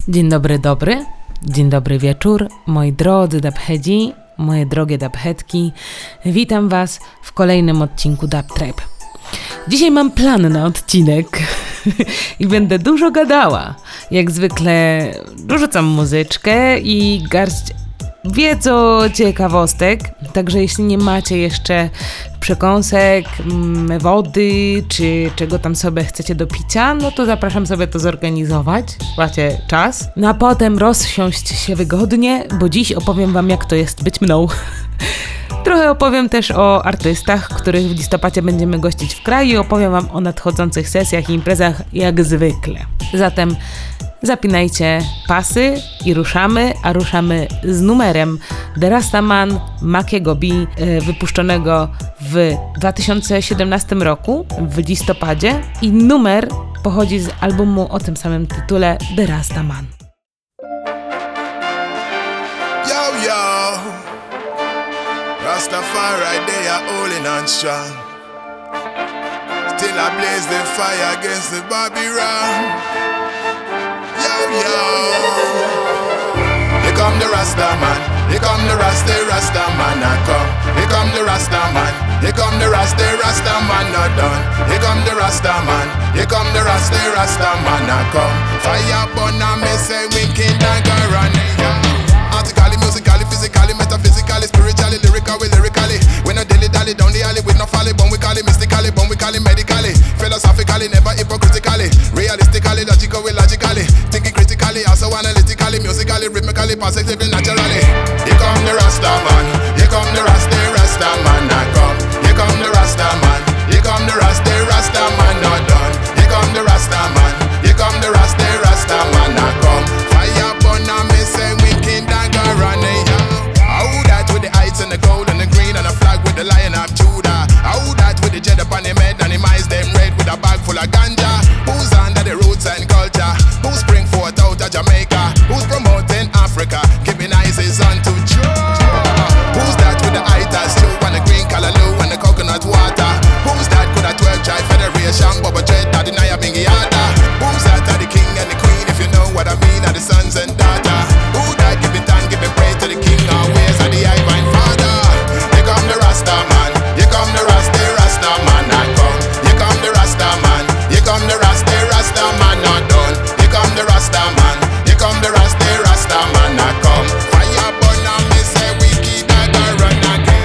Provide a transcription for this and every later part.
Dzień dobry, dzień dobry wieczór, moi drodzy dubheadzi, moje drogie dubheadki. Witam was w kolejnym odcinku Dub Trap. Dzisiaj mam plan na odcinek i będę dużo gadała. Jak zwykle dorzucam muzyczkę i garść wieco ciekawostek, także jeśli nie macie jeszcze przekąsek, wody czy czego tam sobie chcecie do picia, no to zapraszam sobie to zorganizować, macie czas. No a potem rozsiąść się wygodnie, bo dziś opowiem wam, jak to jest być mną. Trochę opowiem też o artystach, których w listopadzie będziemy gościć w kraju i opowiem wam o nadchodzących sesjach i imprezach jak zwykle. Zatem zapinajcie pasy i ruszamy, a ruszamy z numerem The Rastaman Makiego B, wypuszczonego w 2017 roku, w listopadzie, i numer pochodzi z albumu o tym samym tytule The Rastaman. Yo, yo, Rastafari, they are holding on strong. Still I blaze the fire against the Babylon. Yo, here come the Rastaman, here come the Rastaman, I come. Here come the Rastaman, here come the Rastaman, not done. Here come the Rastaman, here come the Rastaman, I come. Fire burn and me say wicked and go running, artically, musically, physically, metaphysically, spiritually, lyrically. We no dilly-dally down the alley with no folly, but we call it mystically, but we call it medically, philosophically, never hypocritically, realistically, logically, thinking critically, also analytically, musically, rhythmically, positively, naturally. Here come the Rastaman, here come the Rastaman, I come. Here come the Rastaman, here come the Rastaman, not done. Here come the Rastaman, here come the Rastaman, I come. Fire burn and me say wicked and go running, How that with the heights and the gold and the green and a flag with the Lion of Judah? How that with the jet upon him head and him eyes them red with a bag full of ganja? Who's under the roots and culture? Who spring forth out of Jamaica? Who's promoting Africa? Giving eyes unto Joe. Who's that with the Itas too and the green callaloo and the coconut water? Who's that with a 12 tribe federation? Bubba Dread, Daddy Naya Bingiata? Who's that are the king and the queen, if you know what I mean, are the sons and daughter? Who that give it thanks, give it praise to the king always, are the Divine Father? Here come the Rastaman, here come the Rastaman, I come. Here come the Rastaman, here come the Rastaman, not done. Here come the Rastaman, here come the Rastaman, I come. Fire burn and me say we keep that go run again.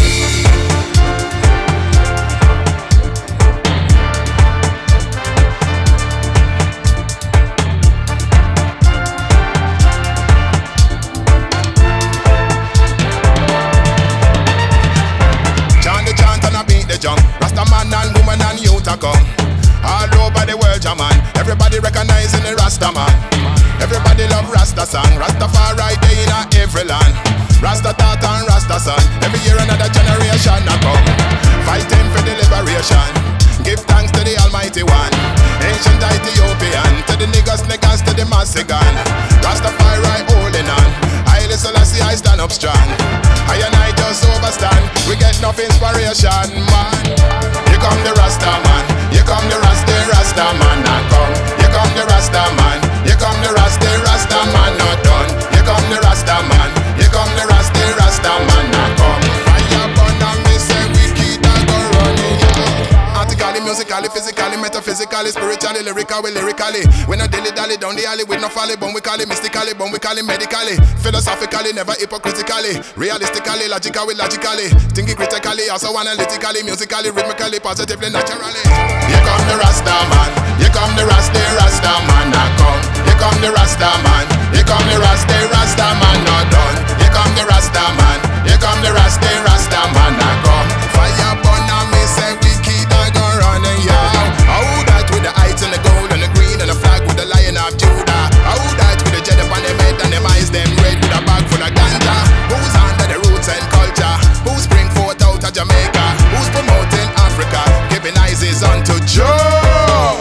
Chant the chant and I beat the jump. Rastaman and woman and youth a come. All over the world, Jaman. Everybody recognizing the Rastaman. Everybody love Rasta song. Rastafari day in every land. Rasta tat and Rasta son. Every year another generation a come. Fighting for the liberation. Give thanks to the Almighty One. Ancient Ethiopian. To the niggas, to the Massigan. Rastafari holding on. Haile Selassie, I stand up strong. I and I just overstand. We get enough inspiration, man. Here come the Rastaman. Here come the Rastaman, I come. Here come the Rastaman. Here come the Rastaman, not done. Here come the Rastaman. Here come the Rastaman, I come. Fire burn and me say we keep that go running, artically, musically, physically, metaphysically, spiritually, lyrically. We no dilly-dally down the alley with no folly, but we call it mystically, but we call it medically, philosophically, never hypocritically, realistically, logically, thinking critically, also analytically, musically, rhythmically, positively, naturally. Here come the Rastaman, here come the Rastaman, I come. Here come the Rastaman, here come the Rastaman, not done. Here come the Rastaman, here come the Rastaman, I come. Fire burn and me say we keep that go running, How that with the heights and the gold and the green and the flag with the Lion of Judah? How that with the jet upon them head and them eyes them red with a bag full of ganja? Who's under the roots and culture? Who spring forth out of Jamaica? Who's promoting Africa? Giving eyes unto Joe.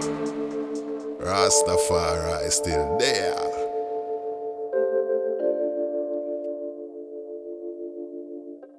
Rastafari still there.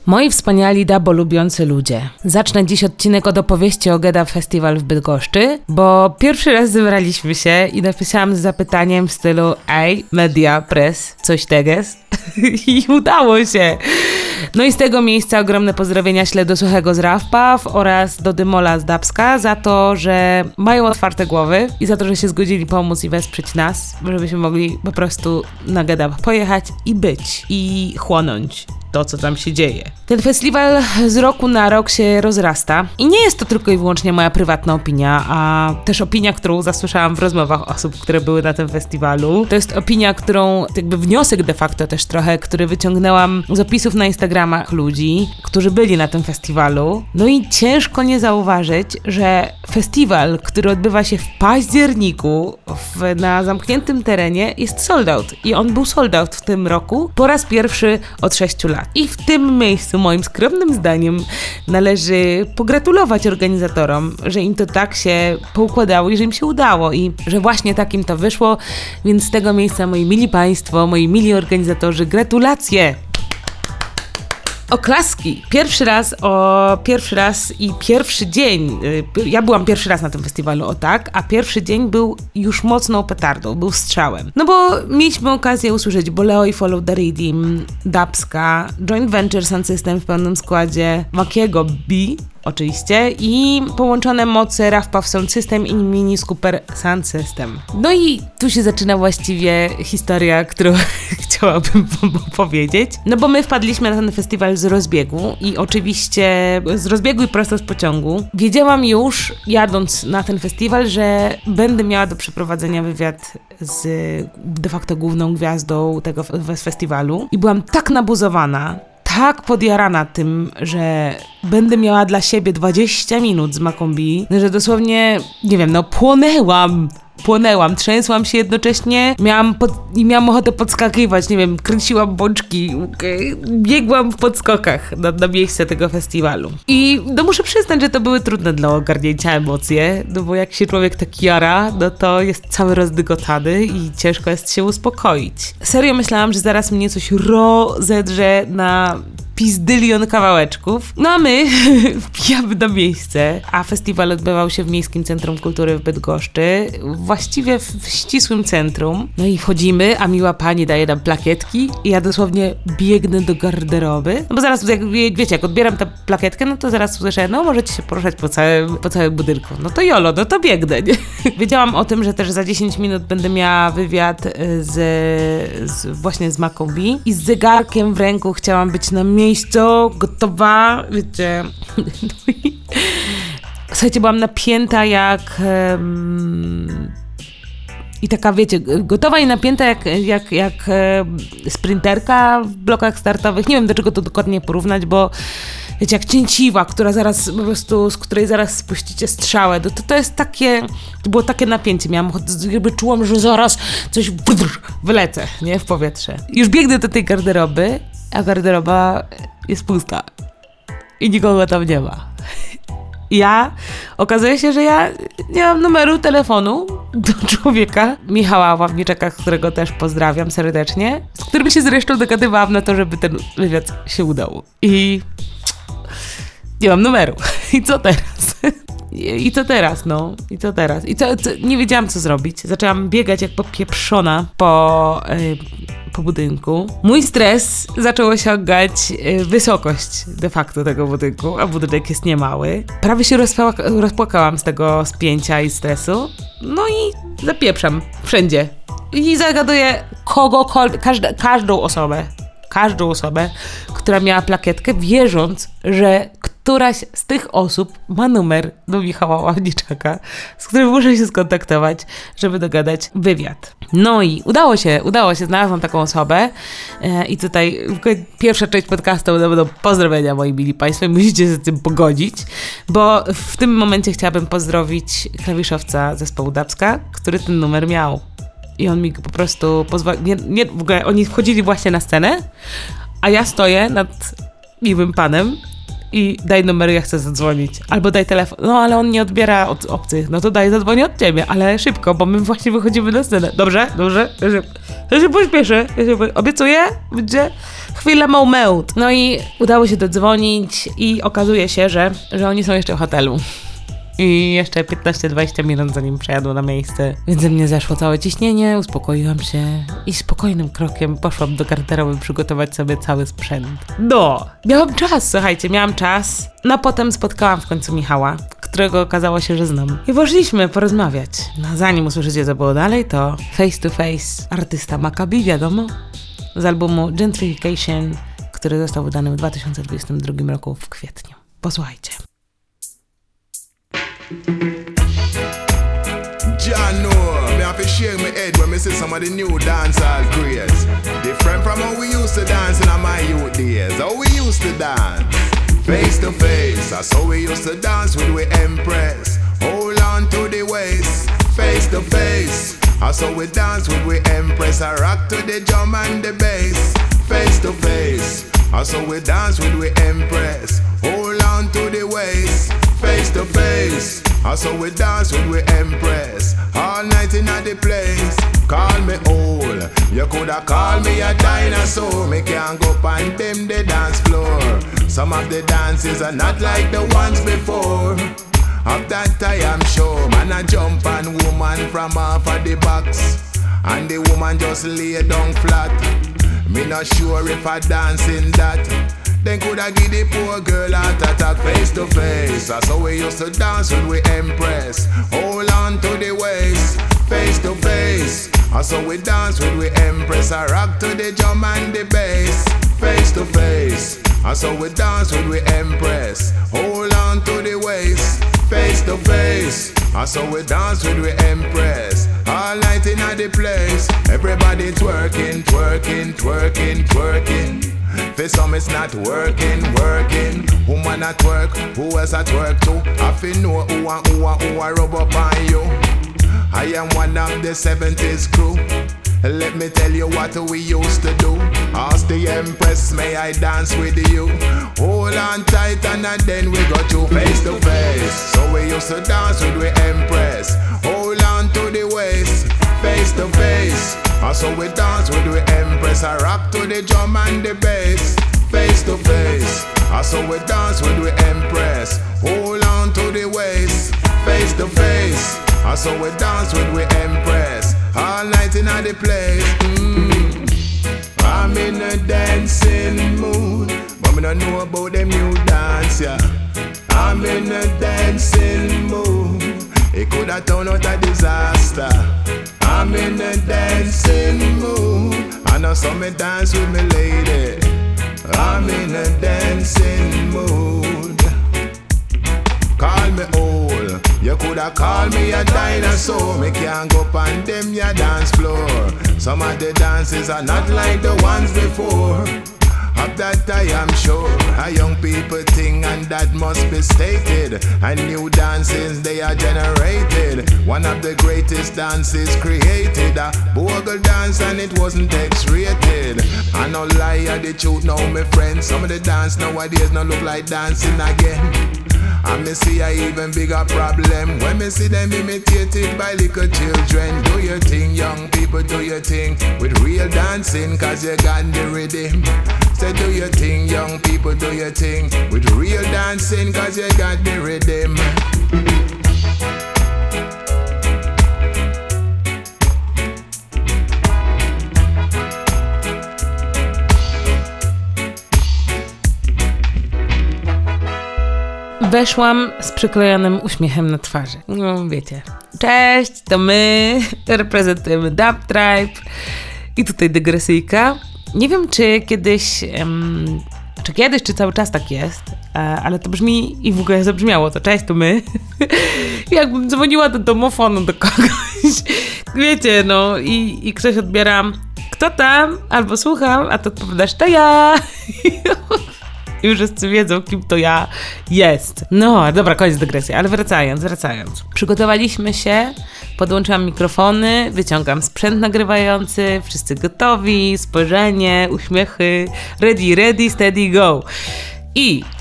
Moi wspaniali dabo lubiący ludzie. Zacznę dziś odcinek od opowieści o Geda Festival w Bydgoszczy, bo pierwszy raz zebraliśmy się i napisałam z zapytaniem w stylu ej, media, press, coś teges. I udało się. No i z tego miejsca ogromne pozdrowienia śle do Suchego z Rawpaw oraz do Dymola z Dabska za to, że mają otwarte głowy i za to, że się zgodzili pomóc i wesprzeć nas, żebyśmy mogli po prostu na Geda pojechać i być i chłonąć to, co tam się dzieje. Ten festiwal z roku na rok się rozrasta i nie jest to tylko i wyłącznie moja prywatna opinia, a też opinia, którą zasłyszałam w rozmowach osób, które były na tym festiwalu. To jest opinia, którą, jakby wniosek de facto też trochę, który wyciągnęłam z opisów na Instagramach ludzi, którzy byli na tym festiwalu. No i ciężko nie zauważyć, że festiwal, który odbywa się w październiku na zamkniętym terenie, jest sold out. I on był sold out w tym roku po raz pierwszy od 6 lat. I w tym miejscu, moim skromnym zdaniem, należy pogratulować organizatorom, że im to tak się poukładało i że im się udało i że właśnie tak im to wyszło, więc z tego miejsca, moi mili państwo, moi mili organizatorzy, gratulacje! Oklaski. Pierwszy raz i pierwszy dzień. Ja byłam pierwszy raz na tym festiwalu, o tak, a pierwszy dzień był już mocną petardą, był strzałem. No bo mieliśmy okazję usłyszeć Boleo i Follow the Rhythm, Dabska, Joint Venture Sound System w pełnym składzie, Makiego B, oczywiście, i połączone moce Rawpaw Sound System i Mini Scooper Sound System. No i tu się zaczyna właściwie historia, którą chciałabym wam opowiedzieć. No bo my wpadliśmy na ten festiwal z rozbiegu i oczywiście z rozbiegu i prosto z pociągu. Wiedziałam już, jadąc na ten festiwal, że będę miała do przeprowadzenia wywiad z de facto główną gwiazdą tego festiwalu i byłam tak nabuzowana, tak podjarana tym, że będę miała dla siebie 20 minut z Macombi, że dosłownie, nie wiem, płonęłam, trzęsłam się jednocześnie, miałam ochotę podskakiwać, nie wiem, kręciłam bączki, biegłam w podskokach na miejsce tego festiwalu. I no muszę przyznać, że to były trudne dla ogarnięcia emocje, no bo jak się człowiek tak jara, no to jest cały rozdygotany i ciężko jest się uspokoić. Serio myślałam, że zaraz mnie coś rozedrze na pizdylion kawałeczków. No a my wbijamy na miejsce, a festiwal odbywał się w Miejskim Centrum Kultury w Bydgoszczy, właściwie w ścisłym centrum. No i wchodzimy, a miła pani daje nam plakietki i ja dosłownie biegnę do garderoby. No bo zaraz, jak odbieram tę plakietkę, no to zaraz słyszę, no możecie się poruszać po całym budynku. No to jolo, no to biegnę, nie? Wiedziałam o tym, że też za 10 minut będę miała wywiad właśnie z Macombi i z zegarkiem w ręku chciałam być na miejscu, gotowa, wiecie. Słuchajcie, byłam napięta jak i taka, wiecie, gotowa i napięta jak sprinterka w blokach startowych. Nie wiem, do czego to dokładnie porównać, bo wiecie, jak cięciwa, która zaraz po prostu, z której zaraz spuścicie strzałę, to jest takie, to było takie napięcie, miałam ochotę, jakby czułam, że zaraz coś wylecę, nie, w powietrze. Już biegnę do tej garderoby, a garderoba jest pusta i nikogo tam nie ma. Okazuje się, że ja nie mam numeru telefonu do człowieka, Michała Ławniczaka, którego też pozdrawiam serdecznie, z którym się zresztą dogadywałam na to, żeby ten wywiad się udał. I nie mam numeru. I co teraz? I co teraz? Nie wiedziałam, co zrobić. Zaczęłam biegać jak popieprzona po budynku. Mój stres zaczął osiągać wysokość de facto tego budynku, a budynek jest niemały. Prawie się rozpłakałam z tego spięcia i stresu. No i zapieprzam wszędzie. I zagaduję każdą osobę, która miała plakietkę, wierząc, że któraś z tych osób ma numer do Michała Ławniczaka, z którym muszę się skontaktować, żeby dogadać wywiad. No i udało się, znalazłam taką osobę i tutaj pierwsza część podcastu będą pozdrowienia, moi mili państwo, musicie się z tym pogodzić, bo w tym momencie chciałabym pozdrowić klawiszowca zespołu Dabska, który ten numer miał. I on mi po prostu pozwolił, w ogóle oni wchodzili właśnie na scenę, a ja stoję nad miłym panem i daj numer, ja chcę zadzwonić. Albo daj telefon. No, ale on nie odbiera od obcych. No to daj, zadzwonię od ciebie, ale szybko, bo my właśnie wychodzimy na scenę. Dobrze? Ja się pośpieszę. Obiecuję? Będzie chwilę moment. No i udało się dodzwonić i okazuje się, że oni są jeszcze w hotelu. I jeszcze 15-20 minut zanim przejadą na miejsce. Więc ze mnie zeszło całe ciśnienie, uspokoiłam się i spokojnym krokiem poszłam do garderoby przygotować sobie cały sprzęt. No, miałam czas. No potem spotkałam w końcu Michała, którego okazało się, że znam. I poszliśmy porozmawiać. No zanim usłyszycie, co było dalej, to Face to Face, artysta Maccabi, wiadomo, z albumu Gentrification, który został wydany w 2022 roku w kwietniu. Posłuchajcie. John know, me have to shake my head when me see some of the new dancehall craze. Different from how we used to dance in my youth days. How we used to dance, face to face. That's how we used to dance with we Empress. Hold on to the waist, face to face. That's how we dance with we Empress. I rock to the drum and the bass, face to face. That's how we dance with we Empress. Hold on to the waist, face to face. That's how we dance with we Empress. All night in the place. Call me old, you coulda called me a dinosaur. Me can't go on them the dance floor. Some of the dances are not like the ones before. Of that I am sure. Man a jump on woman from off of the box, and the woman just lay down flat. Me not sure if I dance in that. Then coulda give the poor girl heart attack, face to face. That's how we used to dance when we Empress. Hold on to the waist, face to face. That's how we dance when we Empress. I rock to the drum and the bass, face to face. That's how we dance when we Empress. Hold on to the waist, face to face. That's how we dance when we Empress. All night in the place. Everybody twerking, twerking, twerking, twerking. For some it's not working. Woman at work, who else at work too? I feel know who a rub up on you. I am one of the 70s crew. Let me tell you what we used to do. Ask the Empress, may I dance with you? Hold on tight and then we go to face to face. So we used to dance with the Empress. Hold on to the waist, face to face. So we dance with the Empress. I rock to the drum and the bass, face to face. So we dance with the Empress. Hold on to the waist, face to face. So we dance with the Empress. All night in the place. I'm in a dancing mood, but me don't know about them new dance, yeah. I'm in a dancing mood. It could have turned out a disaster. I'm in a dancing mood. I know some me dance with me lady. I'm in a dancing mood. Call me old, you coulda called me a dinosaur. Me can't go on them ya dance floor. Some of the dances are not like the ones before. Of that I am sure. A young people think and that must be stated. And new dances they are generated. One of the greatest dances created. A bogle dance and it wasn't X-rated. I no lie, I the truth now my friends. Some of the dance nowadays no look like dancing again. And me see a even bigger problem when me see them imitated by little children. Do your thing, young people, do your thing with real dancing, cause you got the rhythm. Say do your thing, young people, do your thing with real dancing, cause you got the rhythm. Weszłam z przyklejonym uśmiechem na twarzy. No wiecie, cześć, to my reprezentujemy Dub Tribe. I tutaj dygresyjka. Nie wiem, czy kiedyś, czy cały czas tak jest, ale to brzmi i w ogóle zabrzmiało to cześć, to my. Jakbym dzwoniła do domofonu do kogoś. Wiecie, no i ktoś odbiera, kto tam? Albo słucham, a to odpowiadasz, to ja. I już wszyscy wiedzą, kim to ja jest. No, dobra, koniec dygresji, ale wracając. Przygotowaliśmy się, podłączyłam mikrofony, wyciągam sprzęt nagrywający, wszyscy gotowi, spojrzenie, uśmiechy, ready, steady, go. I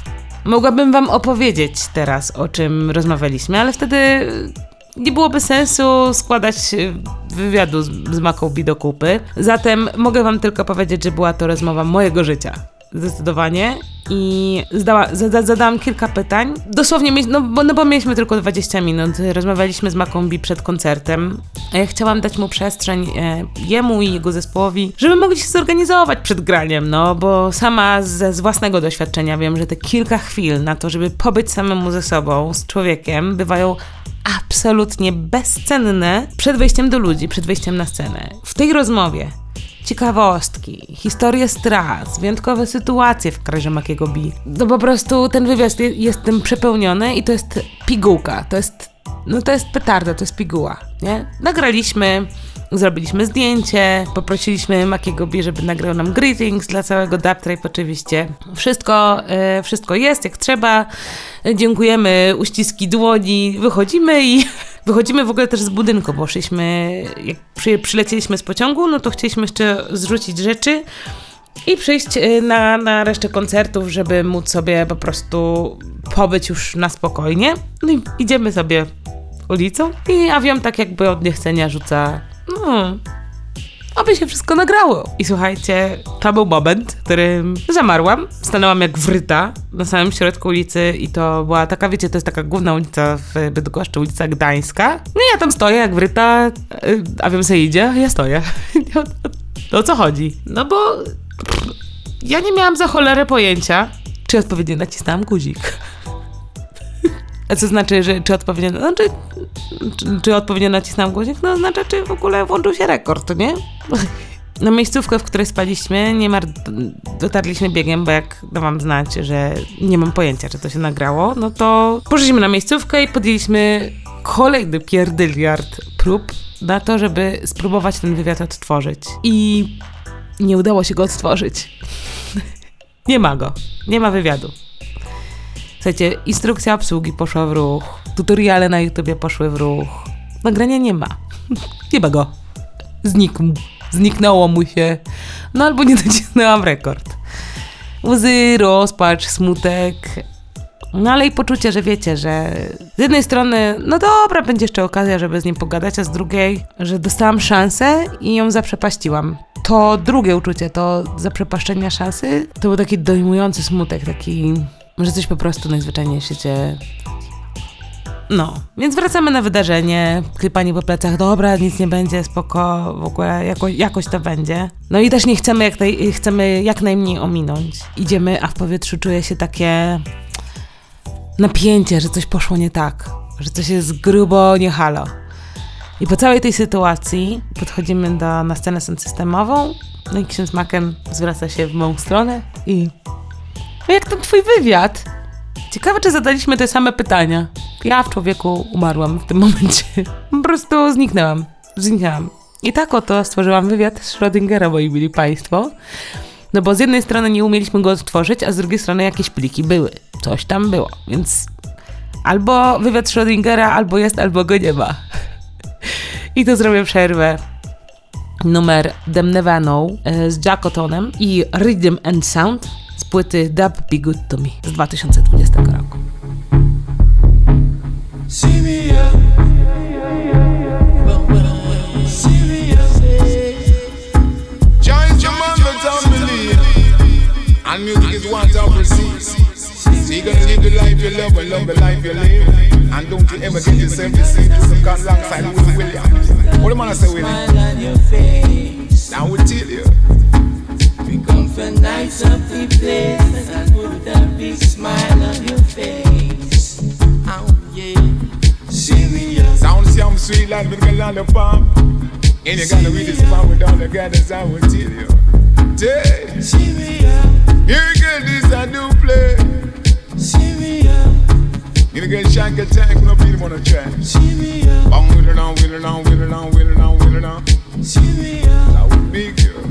Mogłabym wam opowiedzieć teraz, o czym rozmawialiśmy, ale wtedy nie byłoby sensu składać wywiadu z Maccabee do kupy. Zatem mogę wam tylko powiedzieć, że była to rozmowa mojego życia. Zdecydowanie. I zadałam kilka pytań. Dosłownie, bo mieliśmy tylko 20 minut. Rozmawialiśmy z Maccabee przed koncertem. A ja chciałam dać mu przestrzeń, jemu i jego zespołowi, żeby mogli się zorganizować przed graniem, bo sama z własnego doświadczenia wiem, że te kilka chwil na to, żeby pobyć samemu ze sobą, z człowiekiem, bywają absolutnie bezcenne przed wejściem do ludzi, przed wejściem na scenę. W tej rozmowie ciekawostki, historie stras, wyjątkowe sytuacje w karierze Maccabee. To po prostu ten wywiad jest tym przepełniony i to jest pigułka, to jest petarda, to jest piguła, nie? Nagraliśmy, zrobiliśmy zdjęcie, poprosiliśmy Maccabee, żeby nagrał nam greetings dla całego Dubtrape oczywiście. Wszystko jest jak trzeba. Dziękujemy, uściski dłoni, wychodzimy w ogóle też z budynku, bo jak przylecieliśmy z pociągu, to chcieliśmy jeszcze zrzucić rzeczy i przyjść na resztę koncertów, żeby móc sobie po prostu pobyć już na spokojnie. No i idziemy sobie ulicą i awion tak jakby od niechcenia rzuca, aby się wszystko nagrało. I słuchajcie, to był moment, w którym zamarłam, stanęłam jak wryta na samym środku ulicy i to była taka, wiecie, to jest taka główna ulica w Bydgoszczy, ulica Gdańska. No i ja tam stoję jak wryta, awion se idzie, ja stoję. O co chodzi? No bo ja nie miałam za cholerę pojęcia, czy odpowiednio nacisnęłam guzik. A co znaczy, że czy odpowiednio, czy odpowiednio nacisnąłem guzik? No znaczy, czy w ogóle włączył się rekord, nie? Na miejscówkę, w której spaliśmy, dotarliśmy biegiem, bo jak dałam znać, że nie mam pojęcia, czy to się nagrało, no to poszliśmy na miejscówkę i podjęliśmy kolejny pierdyliard prób na to, żeby spróbować ten wywiad odtworzyć. I nie udało się go odtworzyć. Nie ma go. Nie ma wywiadu. Słuchajcie, instrukcja obsługi poszła w ruch, tutoriale na YouTubie poszły w ruch, nagrania nie ma. Nie ma go. Zniknęło mu się. No albo nie nacisnęłam rekord. Łzy, rozpacz, smutek. No ale i poczucie, że wiecie, że z jednej strony, no dobra, będzie jeszcze okazja, żeby z nim pogadać, a z drugiej, że dostałam szansę i ją zaprzepaściłam. To drugie uczucie, to zaprzepaszczenia szansy, to był taki dojmujący smutek, taki, że coś po prostu najzwyczajniej w świecie. No, więc wracamy na wydarzenie, klepanie po plecach, dobra, nic nie będzie, spoko, w ogóle jakoś to będzie. No i też nie chcemy jak najmniej ominąć. Idziemy, a w powietrzu czuje się takie napięcie, że coś poszło nie tak, że coś jest grubo nie halo. I po całej tej sytuacji podchodzimy na scenę systemową, no i ksiądz Macken zwraca się w moją stronę i no jak tam twój wywiad? Ciekawe, czy zadaliśmy te same pytania. Ja w człowieku umarłam w tym momencie. Po prostu zniknęłam. I tak oto stworzyłam wywiad z Schrödingera, moi mili państwo. No bo z jednej strony nie umieliśmy go odtworzyć, a z drugiej strony jakieś pliki były. Coś tam było, więc albo wywiad Schrödingera albo jest, albo go nie ma. I tu zrobię przerwę. Numer Them Never Know z Jackotonem i Rhythm and Sound z płyty Dub Be Good To Me z 2020 roku. And music is one to proceed. So you gotta live the life you love and love the life you live. And don't you ever get yourself deceived to some cut alongside Willie Williams. What the man I say, Willie? Smile on your face. Now we'll tell you. We come for nights of the place. And I put a big smile on your face. Oh yeah. Serious. Sounds young, sweet like the lollipop. And you gotta read this part with all the guys I will tell you. Hey. Serious. You get this I do play. Serious. You get shank attack, no people wanna try. Serious. Bong with it on, with it on, with it on, with it on, with it on. Serious. That would be good.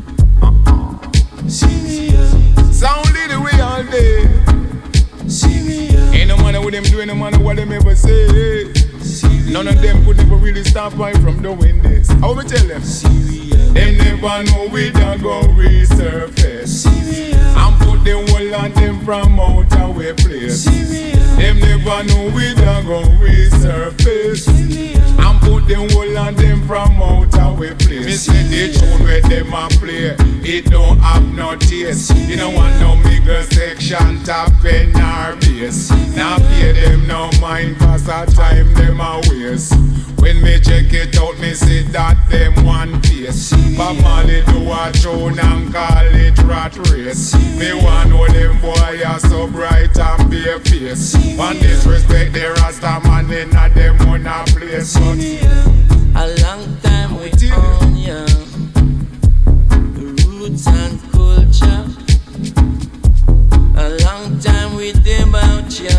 Serious. Sound lead the way all day. Serious. Ain't no matter what them do, no matter what them ever say. None of them could never really stop me from doing this. How me tell them? Serious. Them never know we don't go resurface. Serious. I'm put put the whole of them from out away place. Them never know we done go resurface. And put the whole of them from out away place. Me say the tune where them a play, it don't have no taste. You don't want no bigger section, top in our base. Now pay them no mind, cause a time them a waste. When me check it out, me see that them one piece. But Molly do a tune and call it rat race. Me want know them boy are so bright and bare face. One disrespect the Rasta man in a them one a place. A long time we own ya, the roots and culture. A long time we think about ya.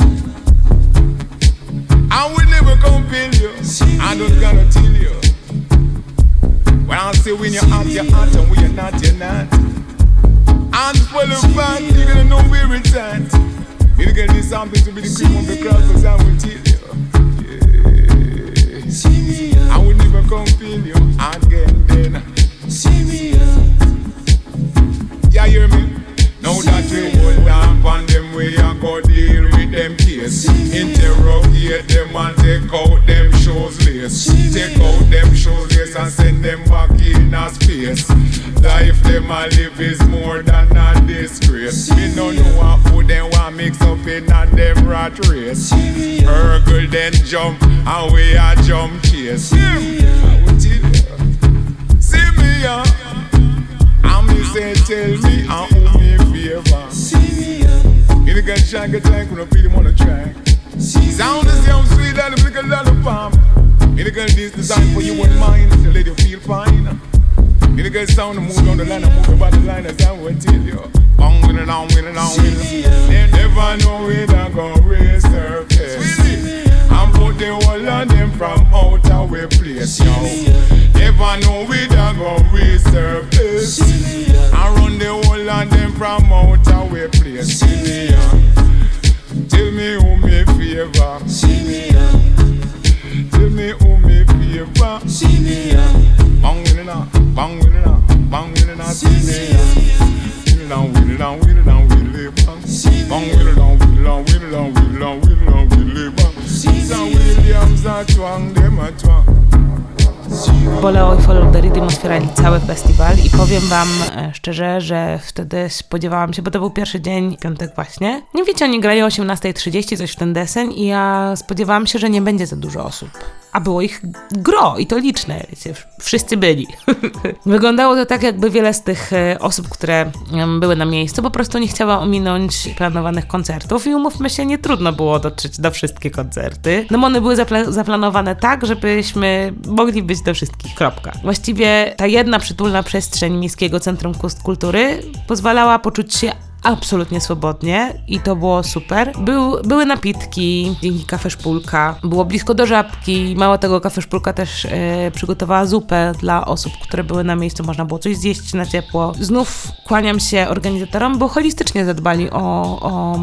I will never compel you. I don't gotta tell you. When I say when you're out, you're out, and when you're not, you're not. And for the fact, you're gonna know where it's at. Me to get this something to be the cream of the crowd, cause I will tell you. Yeah. I will never compel you again then. Yeah, hear me? Now that we hold on on them, we are go deal with them case. Interrogate them and take out them shows lace. Take out them shows lace and send them back in a space. Life them a live is more than a disgrace. Me no know who them want mix up in a them rat race. Hurgle then jump and we a jump chase. I will tell you. See me ya. And me say tell me and who me favor. You nigga try get tank when I feel him on the track. Sound is young sweet and a big lollipop. You nigga this design for you and mine to let you feel fine. You nigga sound and move on the line and move about the line as I will tell you. On with it on with it on with it. They never know where they gon' raise their face. And put the whole of them from out away place, yo. Never know where they gon' raise their face. And run the whole of them from out away place. Tell me who me favor. Tell me who me favor. Bang with it now, bang with it now, bang with it now. See me with it down, with it down, with it down, with it bang. Bang with it down, with it down, with it down, with it down, with it down, with it bang. Sam Williams a twang, them a twang. Boleo i Follow the Rhythm otwierali cały festiwal i powiem wam szczerze, że wtedy spodziewałam się, bo to był pierwszy dzień, piątek właśnie. Nie wiecie, oni grali o 18:30, coś w ten deseń i ja spodziewałam się, że nie będzie za dużo osób. A było ich gro i to liczne, wiecie, wszyscy byli. Wyglądało to tak, jakby wiele z tych osób, które były na miejscu, po prostu nie chciała ominąć planowanych koncertów i umówmy się, nie trudno było dotrzeć do wszystkie koncerty. No one były zaplanowane tak, żebyśmy mogli być do wszystkich, kropka. Właściwie ta jedna przytulna przestrzeń Miejskiego Centrum Kultury pozwalała poczuć się absolutnie swobodnie i to było super. Były napitki, dzięki Kafe Szpulka, było blisko do Żabki, mało tego Kafe Szpulka też przygotowała zupę dla osób, które były na miejscu, można było coś zjeść na ciepło. Znów kłaniam się organizatorom, bo holistycznie zadbali o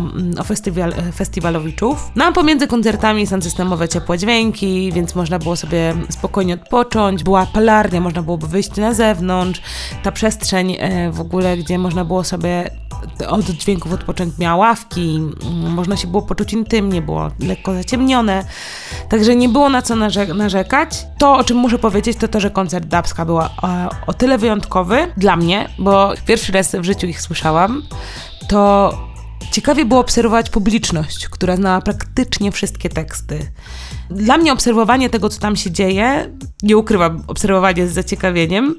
festiwalowiczów. No a pomiędzy koncertami są systemowe ciepłe dźwięki, więc można było sobie spokojnie odpocząć, była palarnia, można było wyjść na zewnątrz, ta przestrzeń w ogóle, gdzie można było sobie od dźwięków odpocząć, miała ławki, można się było poczuć intymnie, było lekko zaciemnione, także nie było na co narzekać. To, o czym muszę powiedzieć, to to, że koncert Dubska był o tyle wyjątkowy dla mnie, bo pierwszy raz w życiu ich słyszałam, to ciekawie było obserwować publiczność, która znała praktycznie wszystkie teksty. Dla mnie obserwowanie tego, co tam się dzieje, nie ukrywam, obserwowanie z zaciekawieniem,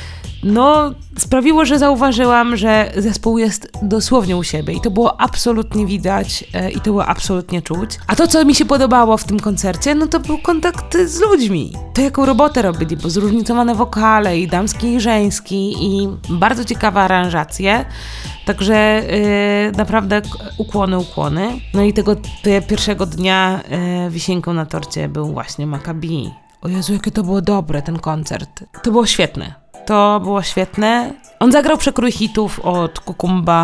no sprawiło, że zauważyłam, że zespół jest dosłownie u siebie i to było absolutnie widać i to było absolutnie czuć. A to, co mi się podobało w tym koncercie, no to był kontakt z ludźmi. To, jaką robotę robili, bo zróżnicowane wokale i damski i żeński i bardzo ciekawe aranżacje. Także naprawdę ukłony. No i tego pierwszego dnia wisienką na torcie był właśnie Maccabi. O Jezu, jakie to było dobre, ten koncert. To było świetne. On zagrał przekrój hitów od Kukumba,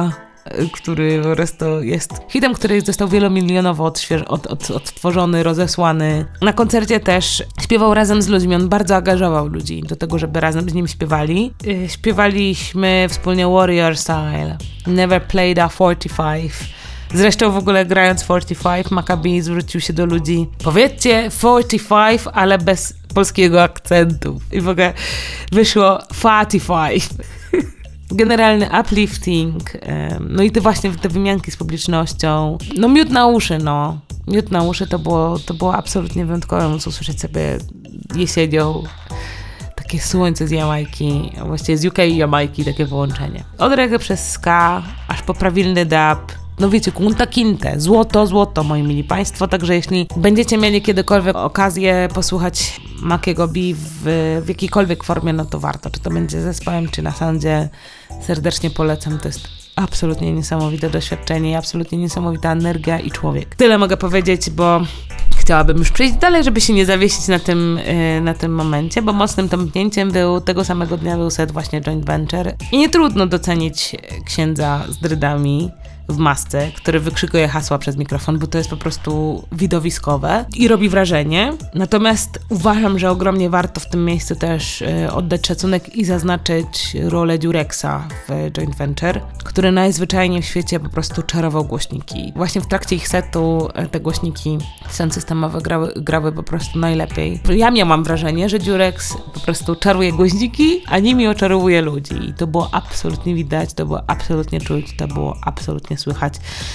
który po prostu jest hitem, który został wielomilionowo odtworzony, rozesłany. Na koncercie też śpiewał razem z ludźmi, on bardzo angażował ludzi do tego, żeby razem z nim śpiewali. Śpiewaliśmy wspólnie Warrior Style, Never Played a 45. Zresztą w ogóle grając 45, Maccabi zwrócił się do ludzi: powiedzcie 45, ale bez polskiego akcentu. I w ogóle wyszło 45. Generalny uplifting, no i te wymianki z publicznością. No miód na uszy, no. Miód na uszy to było absolutnie wyjątkowe, móc usłyszeć sobie jesienią takie słońce z Jamajki, właściwie z UK i Jamajki, takie połączenie. Od reggae przez ska, aż po prawilny dub. No wiecie, Kunta Kinte, złoto, moi mili państwo, także jeśli będziecie mieli kiedykolwiek okazję posłuchać Mackiego B w jakiejkolwiek formie, no to warto, czy to będzie zespołem, czy na soundzie, serdecznie polecam, to jest absolutnie niesamowite doświadczenie, absolutnie niesamowita energia i człowiek. Tyle mogę powiedzieć, bo chciałabym już przejść dalej, żeby się nie zawiesić na tym momencie, bo mocnym tąpnięciem tego samego dnia był set właśnie Joint Venture i nie trudno docenić księdza z drydami w masce, który wykrzykuje hasła przez mikrofon, bo to jest po prostu widowiskowe i robi wrażenie. Natomiast uważam, że ogromnie warto w tym miejscu też oddać szacunek i zaznaczyć rolę Durexa w Joint Venture, który najzwyczajniej w świecie po prostu czarował głośniki. Właśnie w trakcie ich setu te głośniki sound systemowe grały po prostu najlepiej. Ja miałam wrażenie, że Durex po prostu czaruje głośniki, a nimi oczarowuje ludzi. I to było absolutnie widać, to było absolutnie czuć, to było absolutnie słychać.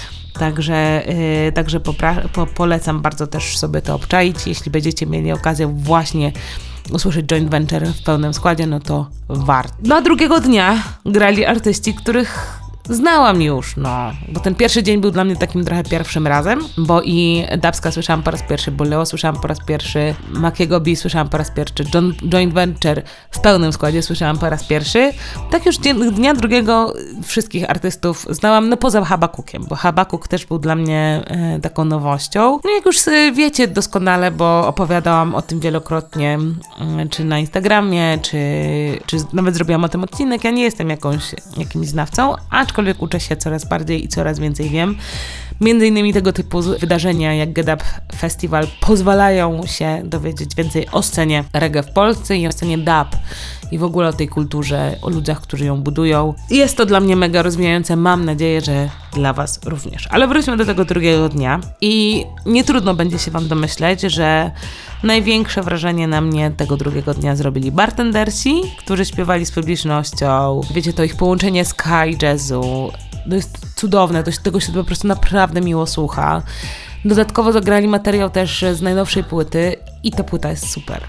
Także polecam bardzo też sobie to obczaić. Jeśli będziecie mieli okazję właśnie usłyszeć Joint Venture w pełnym składzie, no to warto. No a drugiego dnia grali artyści, których znałam już, no, bo ten pierwszy dzień był dla mnie takim trochę pierwszym razem, bo i Dubska słyszałam po raz pierwszy, Buleo słyszałam po raz pierwszy, Mackiego B słyszałam po raz pierwszy, Joint Venture w pełnym składzie słyszałam po raz pierwszy. Tak już dnia drugiego wszystkich artystów znałam, no poza Habakukiem, bo Habakuk też był dla mnie taką nowością. No jak już wiecie doskonale, bo opowiadałam o tym wielokrotnie, czy na Instagramie, czy nawet zrobiłam o tym odcinek, ja nie jestem jakimś znawcą, aczkolwiek uczę się coraz bardziej i coraz więcej wiem. Między innymi tego typu wydarzenia jak Get Up Festival pozwalają się dowiedzieć więcej o scenie reggae w Polsce i o scenie dub i w ogóle o tej kulturze, o ludziach, którzy ją budują. Jest to dla mnie mega rozwijające, mam nadzieję, że dla was również. Ale wróćmy do tego drugiego dnia i nie trudno będzie się wam domyśleć, że największe wrażenie na mnie tego drugiego dnia zrobili bartendersi, którzy śpiewali z publicznością. Wiecie, to ich połączenie ska i jazzu, to jest cudowne, tego się po prostu naprawdę miło słucha. Dodatkowo zagrali materiał też z najnowszej płyty i ta płyta jest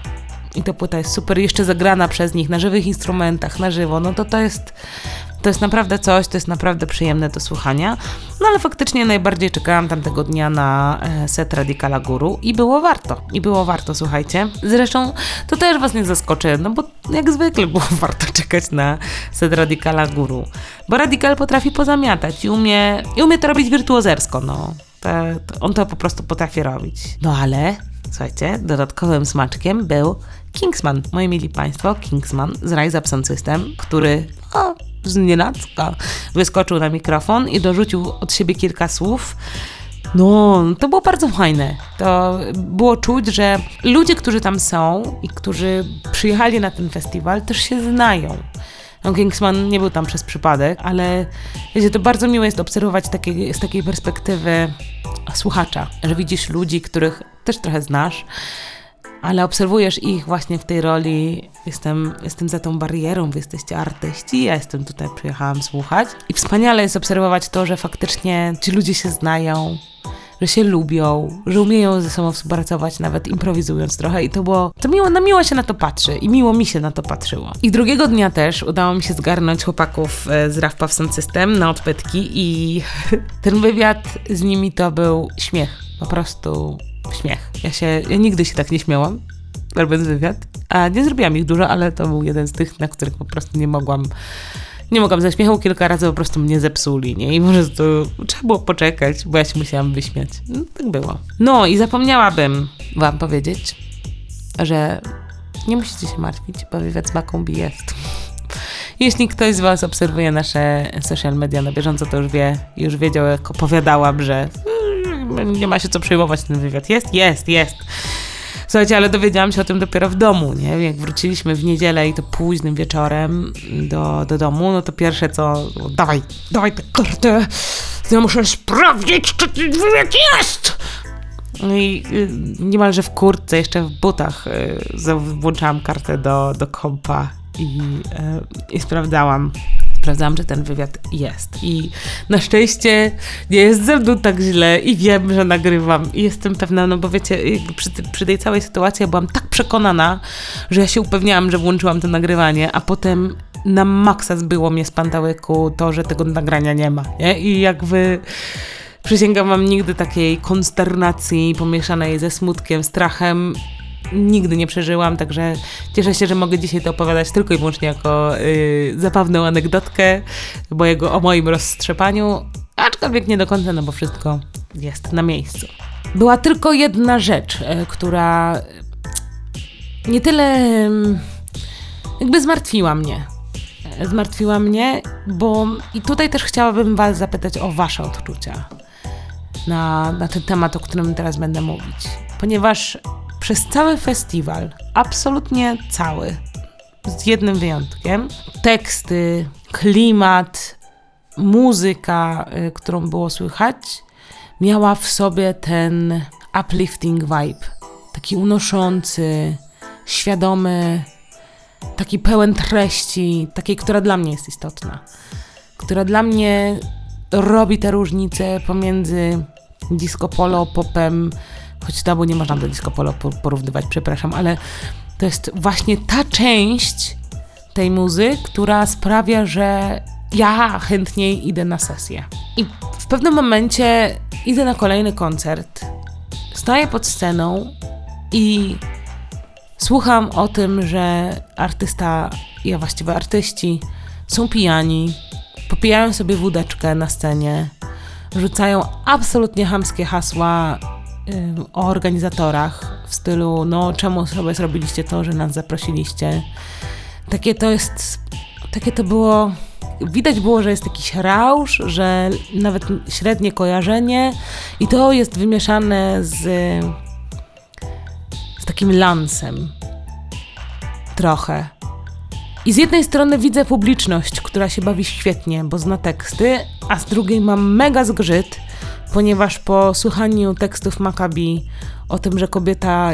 super. Jeszcze zagrana przez nich na żywych instrumentach, na żywo, no to jest naprawdę coś, to jest naprawdę przyjemne do słuchania. No ale faktycznie najbardziej czekałam tamtego dnia na set Radicala Guru i było warto, słuchajcie. Zresztą to też was nie zaskoczy, no bo jak zwykle było warto czekać na set Radicala Guru. Bo Radical potrafi pozamiatać i umie to robić wirtuozersko, no. On to po prostu potrafi robić. No ale, słuchajcie, dodatkowym smaczkiem był Kingsman. Moi mili państwo, Kingsman z Rise Up Sound System, który z nienacka wyskoczył na mikrofon i dorzucił od siebie kilka słów. No, to było bardzo fajne. To było czuć, że ludzie, którzy tam są i którzy przyjechali na ten festiwal, też się znają. No, Kingsman nie był tam przez przypadek, ale wiecie, to bardzo miło jest obserwować z takiej perspektywy słuchacza, że widzisz ludzi, których też trochę znasz, ale obserwujesz ich właśnie w tej roli. Jestem za tą barierą, wy jesteście artyści, ja jestem tutaj, przyjechałam słuchać. I wspaniale jest obserwować to, że faktycznie ci ludzie się znają, że się lubią, że umieją ze sobą współpracować, nawet improwizując trochę i to miło się na to patrzy i miło mi się na to patrzyło. I drugiego dnia też udało mi się zgarnąć chłopaków z Rough Puff Sound System na odpytki i ten wywiad z nimi to był śmiech, po prostu śmiech. Ja nigdy się tak nie śmiałam, robiąc wywiad, a nie zrobiłam ich dużo, ale to był jeden z tych, na których po prostu nie mogłam ze śmiechu, kilka razy po prostu mnie zepsuli, nie? I po prostu trzeba było poczekać, bo ja się musiałam wyśmiać. No, tak było. No i zapomniałabym wam powiedzieć, że nie musicie się martwić, bo wywiad z Macką B jest. Jeśli ktoś z was obserwuje nasze social media na bieżąco, to już wiedział, jak opowiadałam, że nie ma się co przejmować, ten wywiad jest. Słuchajcie, ale dowiedziałam się o tym dopiero w domu, nie? Jak wróciliśmy w niedzielę i to późnym wieczorem do domu, no to pierwsze co, dawaj tę kartę, ja muszę sprawdzić, czy ten wywiad jest! No i niemalże w kurtce, jeszcze w butach włączałam kartę do kompa i sprawdzałam, że ten wywiad jest. I na szczęście nie jest ze mną tak źle i wiem, że nagrywam. I jestem pewna, no bo wiecie, jakby przy tej całej sytuacji ja byłam tak przekonana, że ja się upewniałam, że włączyłam to nagrywanie, a potem na maksa zbyło mnie z pantałyku to, że tego nagrania nie ma. Nie? I jakby przysięgam wam, nigdy takiej konsternacji pomieszanej ze smutkiem, strachem nigdy nie przeżyłam, także cieszę się, że mogę dzisiaj to opowiadać tylko i wyłącznie jako zabawną anegdotkę o moim rozstrzepaniu, aczkolwiek nie do końca, no bo wszystko jest na miejscu. Była tylko jedna rzecz, która nie tyle jakby zmartwiła mnie, bo i tutaj też chciałabym was zapytać o wasze odczucia na ten temat, o którym teraz będę mówić, ponieważ przez cały festiwal, absolutnie cały, z jednym wyjątkiem, teksty, klimat, muzyka, którą było słychać, miała w sobie ten uplifting vibe, taki unoszący, świadomy, taki pełen treści, takiej, która dla mnie jest istotna, która dla mnie robi tę różnicę pomiędzy disco polo, popem, choć tabu nie można do disco polo porównywać, przepraszam, ale to jest właśnie ta część tej muzy, która sprawia, że ja chętniej idę na sesję. I w pewnym momencie idę na kolejny koncert, staję pod sceną i słucham o tym, że artysta, a właściwie artyści są pijani, popijają sobie wódeczkę na scenie, rzucają absolutnie chamskie hasła o organizatorach w stylu, no czemu sobie zrobiliście to, że nas zaprosiliście. Takie to było, widać było, że jest jakiś rausz, że nawet średnie kojarzenie i to jest wymieszane z takim lansem. Trochę. I z jednej strony widzę publiczność, która się bawi świetnie, bo zna teksty, a z drugiej mam mega zgrzyt, ponieważ po słuchaniu tekstów Maccabi o tym, że kobieta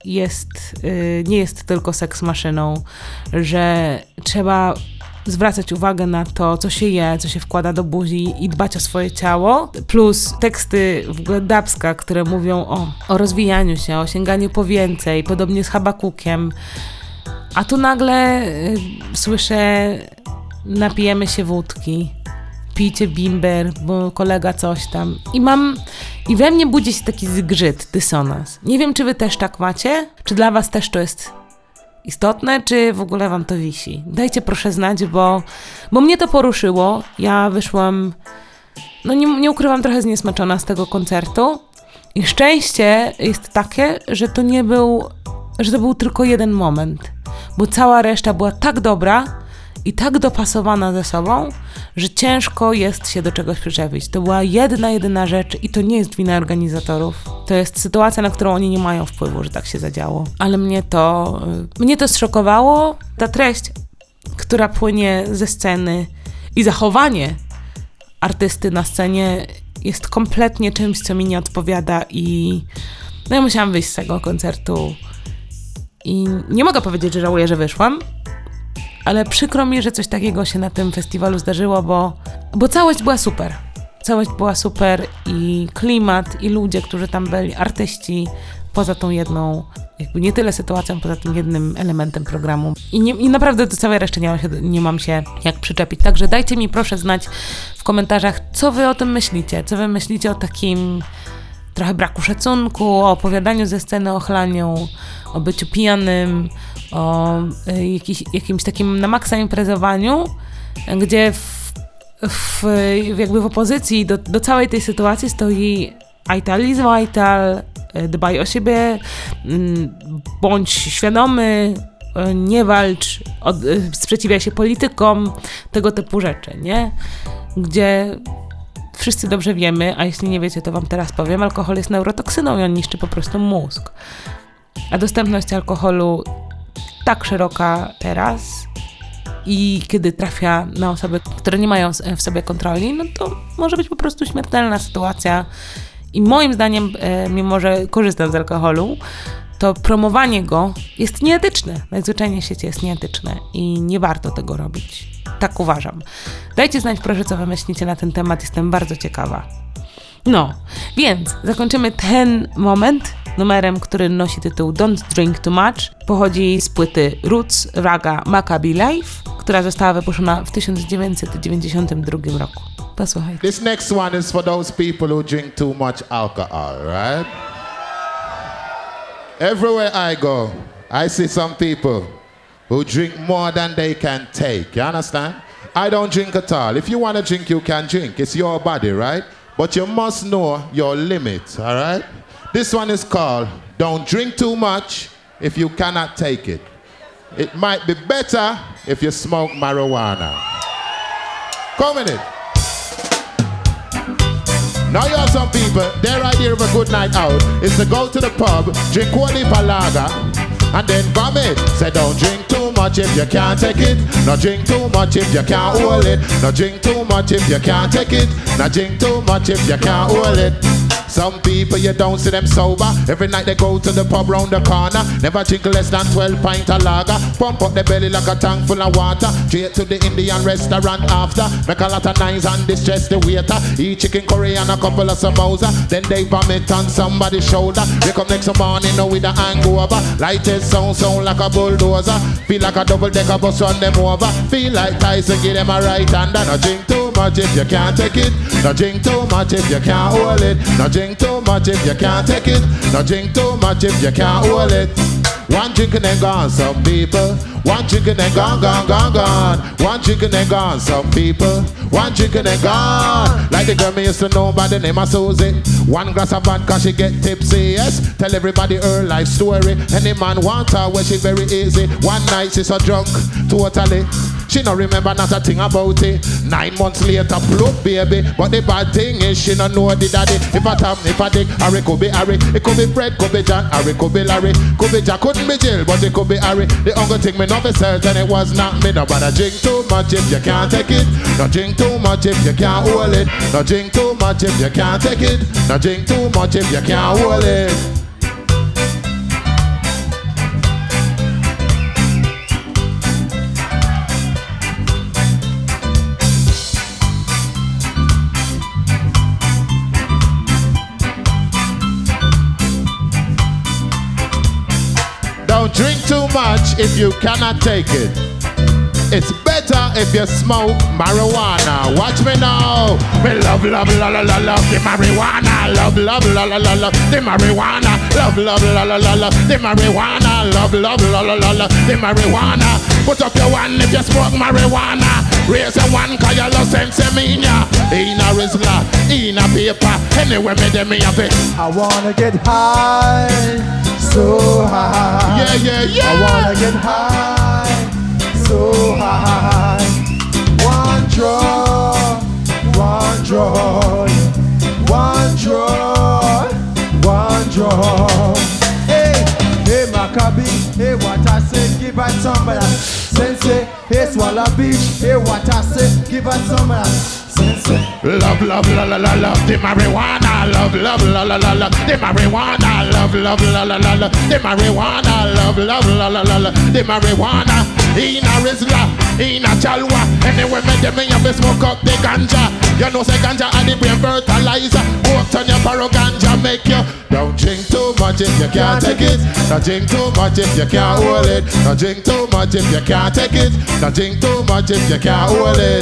nie jest tylko seks maszyną, że trzeba zwracać uwagę na to, co się je, co się wkłada do buzi i dbać o swoje ciało, plus teksty w ogóle dubska, które mówią o rozwijaniu się, o sięganiu po więcej, podobnie z Habakukiem. A tu nagle słyszę, napijemy się wódki, pijcie bimber, bo kolega coś tam. I we mnie budzi się taki zgrzyt, dysonans. Nie wiem, czy wy też tak macie, czy dla was też to jest istotne, czy w ogóle wam to wisi. Dajcie proszę znać, bo mnie to poruszyło. Ja wyszłam, no nie ukrywam, trochę zniesmaczona z tego koncertu. I szczęście jest takie, że to był tylko jeden moment. Bo cała reszta była tak dobra i tak dopasowana ze sobą, że ciężko jest się do czegoś przyczepić. To była jedyna rzecz i to nie jest wina organizatorów. To jest sytuacja, na którą oni nie mają wpływu, że tak się zadziało. Ale mnie to zszokowało. Ta treść, która płynie ze sceny i zachowanie artysty na scenie jest kompletnie czymś, co mi nie odpowiada i no ja musiałam wyjść z tego koncertu i nie mogę powiedzieć, że żałuję, że wyszłam, ale przykro mi, że coś takiego się na tym festiwalu zdarzyło, bo całość była super. Całość była super i klimat, i ludzie, którzy tam byli, artyści, poza tą jedną, jakby nie tyle sytuacją, poza tym jednym elementem programu. I naprawdę do całej reszty nie mam się jak przyczepić. Także dajcie mi proszę znać w komentarzach, co wy o tym myślicie. Co wy myślicie o takim trochę braku szacunku, o opowiadaniu ze sceny, o chlaniu, o byciu pijanym, o jakimś takim na maksa imprezowaniu, gdzie jakby w opozycji do całej tej sytuacji stoi Vital is vital, dbaj o siebie, bądź świadomy, nie walcz, sprzeciwia się politykom, tego typu rzeczy, nie? Gdzie wszyscy dobrze wiemy, a jeśli nie wiecie, to wam teraz powiem, alkohol jest neurotoksyną i on niszczy po prostu mózg. A dostępność alkoholu tak szeroka teraz i kiedy trafia na osoby, które nie mają w sobie kontroli, no to może być po prostu śmiertelna sytuacja. I moim zdaniem, mimo że korzystam z alkoholu, to promowanie go jest nieetyczne. Najzwyczajniej w świecie jest nieetyczne i nie warto tego robić. Tak uważam. Dajcie znać proszę, co wy myślicie na ten temat. Jestem bardzo ciekawa. No, więc zakończymy ten moment numerem, który nosi tytuł Don't Drink Too Much. Pochodzi z płyty Roots Raga Maccabi Life, która została wypuszczona w 1992 roku. Posłuchajcie. This next one is for those people who drink too much alcohol, right? Everywhere I go, I see some people who drink more than they can take. You understand? I don't drink at all. If you want to drink, you can drink. It's your body, right? But you must know your limits, all right? This one is called Don't Drink Too Much If You Cannot Take It. It might be better if you smoke marijuana. Come with it. Now you have some people, their idea of a good night out is to go to the pub, drink one lager, and then vomit. Say don't drink too much if you can't take it. No drink too much if you can't hold it. No drink too much if you can't take it. No drink too much if you can't hold it. Some people you don't see them sober. Every night they go to the pub round the corner. Never drink less than 12 pints of lager. Pump up the belly like a tank full of water. Straight to the Indian restaurant after. Make a lot of noise and distress the waiter. Eat chicken curry and a couple of samosa. Then they vomit on somebody's shoulder. Wake up next morning now with a hangover. Light it sound like a bulldozer. Feel like a double-decker bus run them over. Feel like Tyson give them a right hand. And no drink too much if you can't take it. No drink too much if you can't hold it. No drink too much if you can't take it. No drink too much if you can't hold it. One drink and then gone, some people. One drink and then gone, gone, gone, gone. One drink and then gone, some people. One drink and then gone. Like the girl me used to know by the name of Susie. One glass of vodka, she get tipsy, yes. Tell everybody her life story. Any man want her where she very easy. One night she so drunk, totally. She no remember not a thing about it. 9 months later, plump baby. But the bad thing is she no know the daddy. If I tap, if I dig, Harry could be Harry. It could be Fred, could be John, Harry could be Larry. Could be Jack, couldn't be Jill, but it could be Harry. The only thing me know for certain it was not me. No, but I drink too much if you can't take it. No drink too much if you can't hold it. No drink too much if you can't take it. No drink too much if you can't hold it. Don't drink too much if you cannot take it. It's better if you smoke marijuana. Watch me now. Me love, love, la la la love the marijuana. Love, love, la la la love the marijuana. Love, love, la la la love the marijuana. Love, love, la la la love the marijuana. Put up your one if you smoke marijuana. Raise a one 'cause you love sense in ya. In a Rizla, in a paper. Anyway, me dem me have it. I wanna get high, so high. Yeah, yeah, yeah. I wanna get high, so high. One draw, one draw, one draw, one draw. Hey, hey, Maccabi, hey, what I say, give us some of that. Sensei, hey, Swallow Beach, hey, what I say, give us some of that. Love, love, la la la love the marijuana. Love, love, la la la love the marijuana. Love, love, la la la love the marijuana. Love, love, la la la love the marijuana. In a Rizla, in a Chalwa. Anyway, me dem me have to smoke up the ganja. You know say ganja and the brain fertilizer. Go up turn your paro ganja make you. Don't drink too much if you can't take it. Don't drink too much if you can't hold it. Don't drink too much if you can't take it. Don't drink too much if you can't hold it.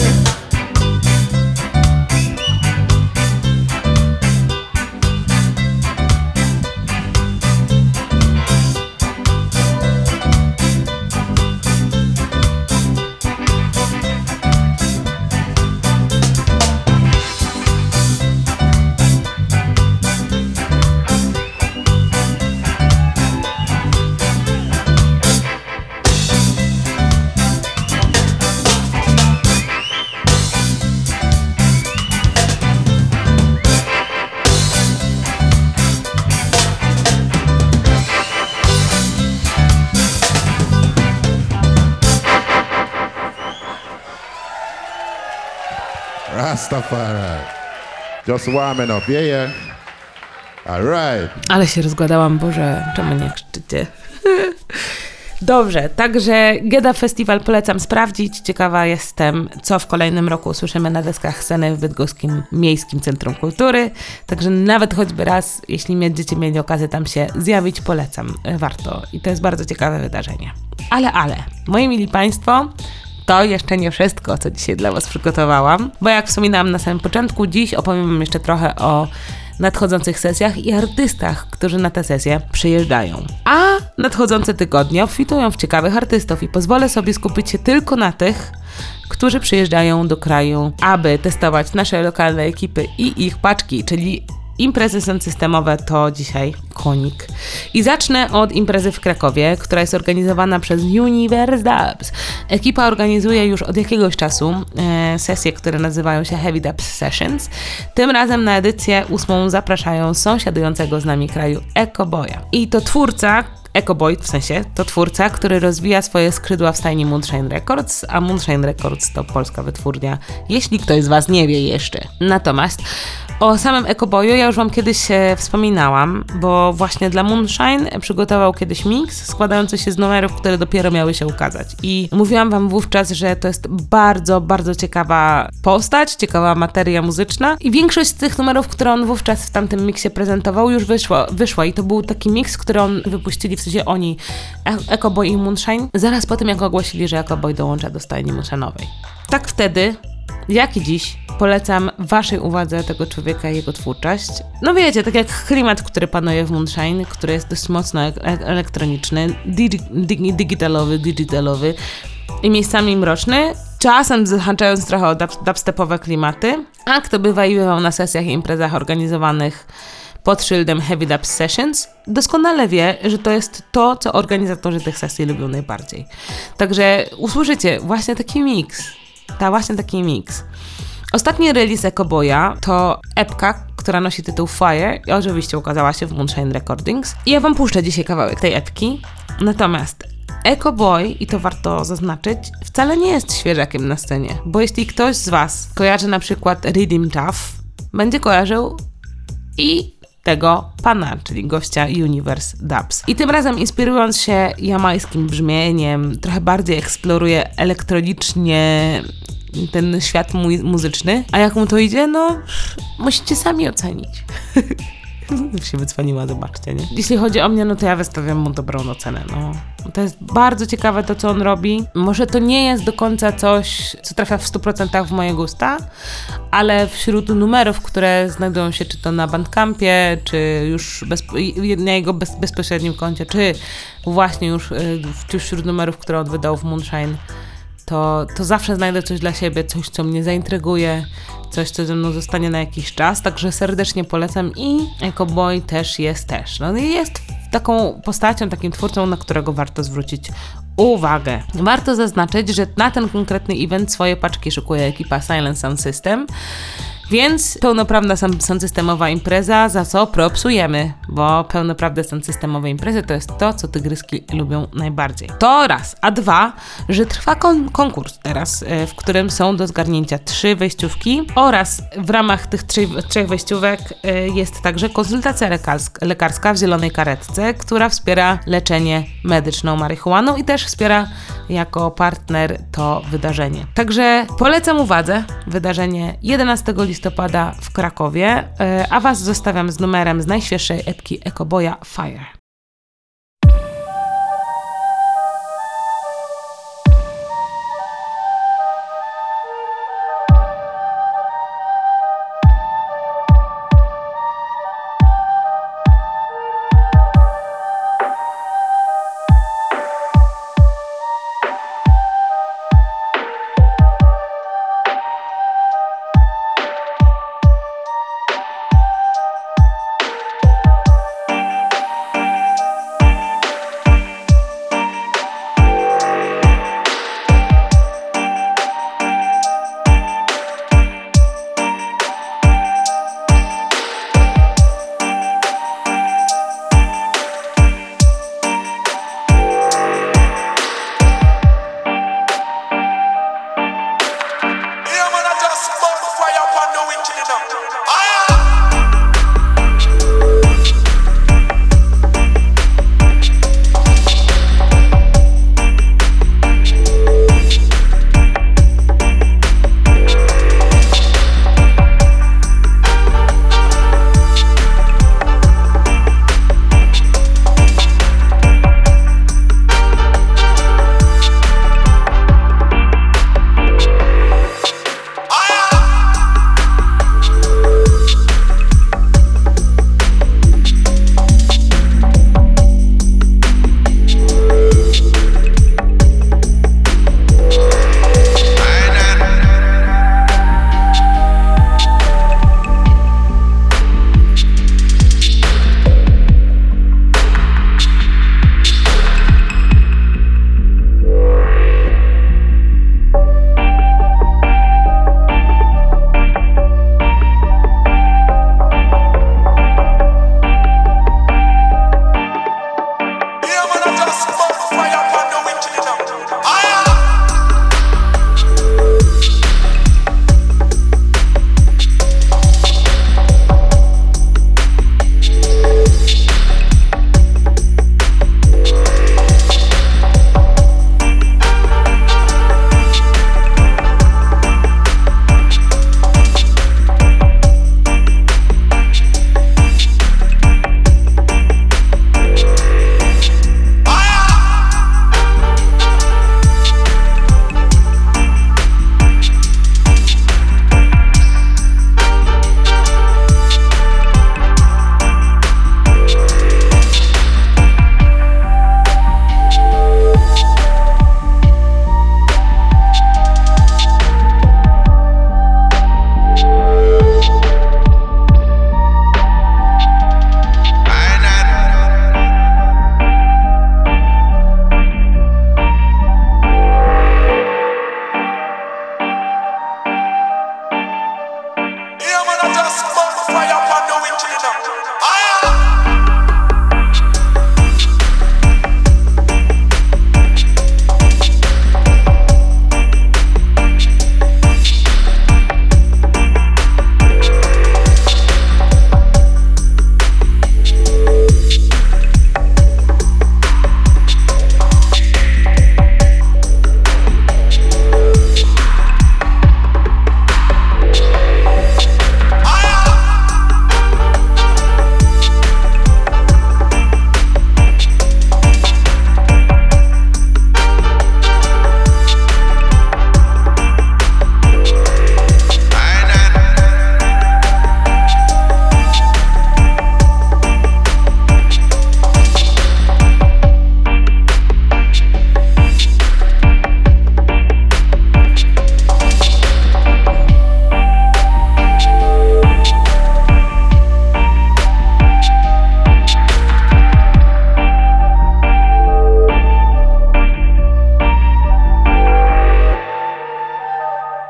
Rastafari. Just warming up, yeah. All right. Ale się rozgadałam, Boże, czemu nie krzyczycie? Dobrze, także Geda Festival polecam sprawdzić. Ciekawa jestem, co w kolejnym roku usłyszymy na deskach sceny w Bydgoskim Miejskim Centrum Kultury. Także nawet choćby raz, jeśli będziecie mieli okazję tam się zjawić, polecam. Warto. I to jest bardzo ciekawe wydarzenie. Ale, moi mili Państwo, to jeszcze nie wszystko, co dzisiaj dla Was przygotowałam, bo jak wspominałam na samym początku, dziś opowiem Wam jeszcze trochę o nadchodzących sesjach i artystach, którzy na te sesje przyjeżdżają. A nadchodzące tygodnie obfitują w ciekawych artystów i pozwolę sobie skupić się tylko na tych, którzy przyjeżdżają do kraju, aby testować nasze lokalne ekipy i ich paczki, czyli imprezy soundsystemowe to dzisiaj konik. I zacznę od imprezy w Krakowie, która jest organizowana przez Universe Dubs. Ekipa organizuje już od jakiegoś czasu sesje, które nazywają się Heavy Dubs Sessions. Tym razem na edycję 8 zapraszają sąsiadującego z nami kraju Ecoboya. I to twórca, Ecoboy w sensie, to twórca, który rozwija swoje skrzydła w stajni Moonshine Records, a Moonshine Records to polska wytwórnia, jeśli ktoś z Was nie wie jeszcze. Natomiast o samym Ecoboyu ja już Wam kiedyś wspominałam, bo właśnie dla Moonshine przygotował kiedyś miks składający się z numerów, które dopiero miały się ukazać. I mówiłam Wam wówczas, że to jest bardzo, bardzo ciekawa postać, ciekawa materia muzyczna i większość z tych numerów, które on wówczas w tamtym miksie prezentował, już wyszła i to był taki miks, który on wypuścili, w sensie oni, Ecoboy i Moonshine, zaraz po tym, jak ogłosili, że Ecoboy dołącza do stajni Moonshine'owej. Tak wtedy, jak i dziś, polecam Waszej uwadze tego człowieka i jego twórczość. No wiecie, tak jak klimat, który panuje w Moonshine, który jest dość mocno elektroniczny, digitalowy i miejscami mroczny, czasem zahaczając trochę o dubstepowe klimaty, a kto bywa i bywał na sesjach i imprezach organizowanych pod szyldem Heavy Dubs Sessions, doskonale wie, że to jest to, co organizatorzy tych sesji lubią najbardziej. Także usłyszycie właśnie taki miks. Ostatni release Ecoboya to epka, która nosi tytuł Fire i oczywiście ukazała się w Moonshine Recordings. I ja Wam puszczę dzisiaj kawałek tej epki. Natomiast Ecoboy, i to warto zaznaczyć, wcale nie jest świeżakiem na scenie, bo jeśli ktoś z Was kojarzy na przykład Rhythm Tough, będzie kojarzył i tego pana, czyli gościa Universe Dubs. I tym razem inspirując się jamańskim brzmieniem, trochę bardziej eksploruje elektronicznie ten świat muzyczny. A jak mu to idzie? No, musicie sami ocenić. się wycwaniła, zobaczcie, nie? Jeśli chodzi o mnie, no to ja wystawiam mu dobrą ocenę, no. To jest bardzo ciekawe to, co on robi. Może to nie jest do końca coś, co trafia w 100% w moje gusta, ale wśród numerów, które znajdują się czy to na Bandcampie, czy już na jego bezpośrednim koncie, czy właśnie już wśród numerów, które on wydał w Moonshine, to zawsze znajdę coś dla siebie, coś, co mnie zaintryguje, coś, co ze mną zostanie na jakiś czas, także serdecznie polecam i Ecoboy też jest. No i jest taką postacią, takim twórcą, na którego warto zwrócić uwagę. Warto zaznaczyć, że na ten konkretny event swoje paczki szykuje ekipa Silent Sound System, więc pełnoprawna soundsystemowa impreza, za co propsujemy, bo pełnoprawne soundsystemowe imprezy to jest to, co tygryski lubią najbardziej. To raz. A dwa, że trwa konkurs teraz, w którym są do zgarnięcia 3 wejściówki oraz w ramach tych 3 wejściówek jest także konsultacja lekarska w zielonej karetce, która wspiera leczenie medyczną marihuaną i też wspiera jako partner to wydarzenie. Także polecam uwadze wydarzenie 11 listopada w Krakowie, a Was zostawiam z numerem z najświeższej epki Ecoboya Fire.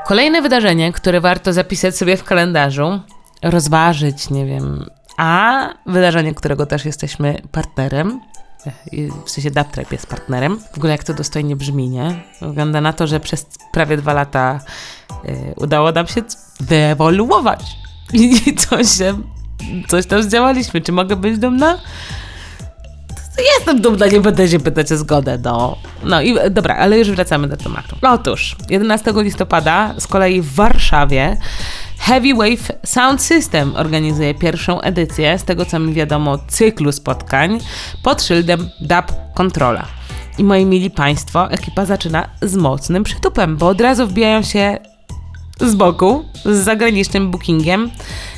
Kolejne wydarzenie, które warto zapisać sobie w kalendarzu, rozważyć, nie wiem, a wydarzenie, którego też jesteśmy partnerem, w sensie Dub Tribe jest partnerem. W ogóle jak to dostojnie brzmi, nie? Wygląda na to, że przez prawie 2 lata udało nam się wyewoluować i coś tam zdziałaliśmy. Czy mogę być dumna? Jestem dumna, nie będę się pytać o zgodę, no i dobra, ale już wracamy do tematu. Otóż 11 listopada z kolei w Warszawie Heavywave Sound System organizuje pierwszą edycję, z tego co mi wiadomo, cyklu spotkań pod szyldem Dub Controla. I moi mili państwo, ekipa zaczyna z mocnym przytupem, bo od razu wbijają się z boku, z zagranicznym bookingiem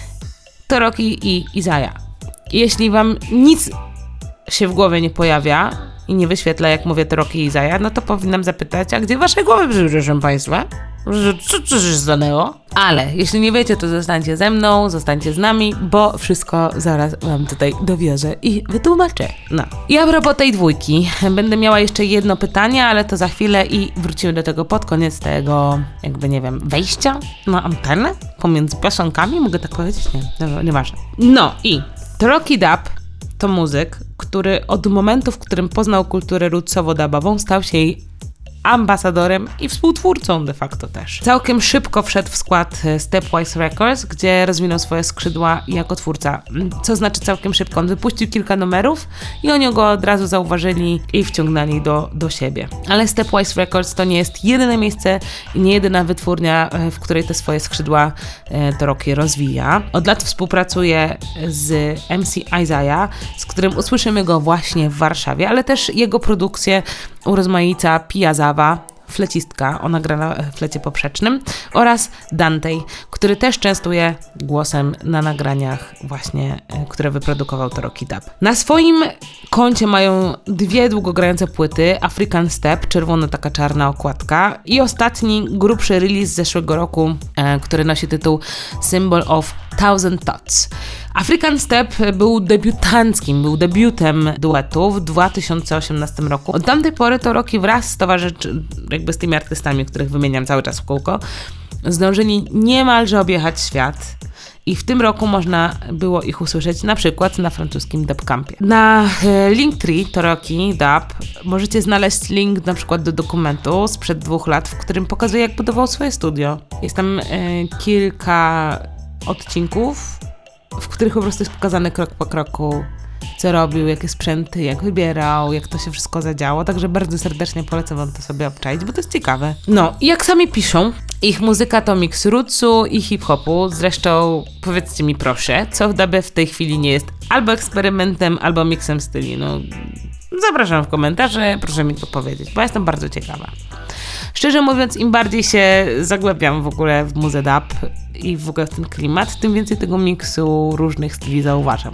Toroki i Izaya. Jeśli wam nic się w głowie nie pojawia i nie wyświetla, jak mówię Toroki i Izaya, no to powinnam zapytać, a gdzie wasze głowy, proszę państwa? Co się stanęło? Ale jeśli nie wiecie, to zostańcie ze mną, zostańcie z nami, bo wszystko zaraz wam tutaj dowiozę i wytłumaczę. No. I a propos tej dwójki, będę miała jeszcze jedno pytanie, ale to za chwilę i wrócimy do tego pod koniec tego, jakby nie wiem, wejścia na antenę pomiędzy piosenkami, mogę tak powiedzieć? Nie, nieważne. No i Toroki Dub to muzyk, który od momentu, w którym poznał kulturę rootsowo-dubową, stał się jej ambasadorem i współtwórcą de facto też. Całkiem szybko wszedł w skład Stepwise Records, gdzie rozwinął swoje skrzydła jako twórca. Co znaczy całkiem szybko? On wypuścił kilka numerów i oni go od razu zauważyli i wciągnęli do siebie. Ale Stepwise Records to nie jest jedyne miejsce i nie jedyna wytwórnia, w której te swoje skrzydła Toroki rozwija. Od lat współpracuje z MC Izaya, z którym usłyszymy go właśnie w Warszawie, ale też jego produkcje urozmaica Pia Zawa, flecistka, ona gra na flecie poprzecznym, oraz Dante, który też częstuje głosem na nagraniach właśnie, które wyprodukował Toroki Dub. Na swoim koncie mają 2 długogrające płyty, African Step, czerwona taka czarna okładka i ostatni, grubszy release z zeszłego roku, który nosi tytuł Symbol of Thousand Thoughts. African Step był debiutem duetu w 2018 roku. Od tamtej pory Toroki wraz z tymi artystami, których wymieniam cały czas w kółko, zdążyli niemalże objechać świat i w tym roku można było ich usłyszeć na przykład na francuskim Dubcampie. Na Linktree Toroki Dub możecie znaleźć link na przykład do dokumentu sprzed 2 lat, w którym pokazuje, jak budował swoje studio. Jest tam kilka odcinków, w których po prostu jest pokazane krok po kroku, co robił, jakie sprzęty, jak wybierał, jak to się wszystko zadziało, także bardzo serdecznie polecam wam to sobie obczaić, bo to jest ciekawe. No, i jak sami piszą, ich muzyka to miks rootsu i hip-hopu, zresztą powiedzcie mi proszę, co w dubie w tej chwili nie jest albo eksperymentem, albo miksem styli, no zapraszam w komentarze, proszę mi to powiedzieć, bo jestem bardzo ciekawa. Szczerze mówiąc, im bardziej się zagłębiam w ogóle w muzę dub i w ogóle w ten klimat, tym więcej tego miksu różnych styli zauważam.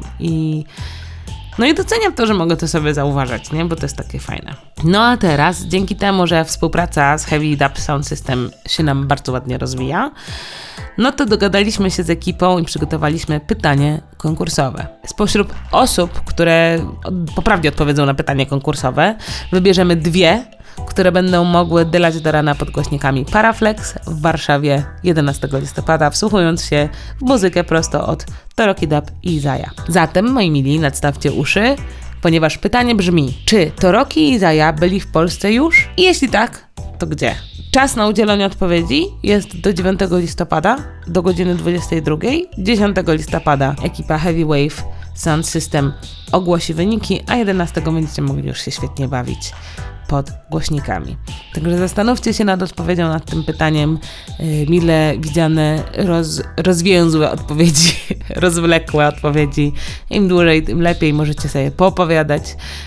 No i doceniam to, że mogę to sobie zauważać, nie? Bo to jest takie fajne. No a teraz, dzięki temu, że współpraca z Heavy Dub Sound System się nam bardzo ładnie rozwija, no to dogadaliśmy się z ekipą i przygotowaliśmy pytanie konkursowe. Spośród osób, które poprawnie odpowiedzą na pytanie konkursowe, wybierzemy 2, które będą mogły dylać do rana pod głośnikami Paraflex w Warszawie 11 listopada, wsłuchując się w muzykę prosto od Toroki Dub i Izaya. Zatem, moi mili, nadstawcie uszy, ponieważ pytanie brzmi, czy Toroki i Izaya byli w Polsce już? I jeśli tak, to gdzie? Czas na udzielenie odpowiedzi jest do 9 listopada, do godziny 22. 10 listopada ekipa Heavywave Sound System ogłosi wyniki, a 11 będziecie mogli już się świetnie bawić pod głośnikami. Także zastanówcie się nad odpowiedzią nad tym pytaniem. Mile widziane rozwięzłe odpowiedzi, rozwlekłe odpowiedzi. Im dłużej, tym lepiej. Możecie sobie poopowiadać,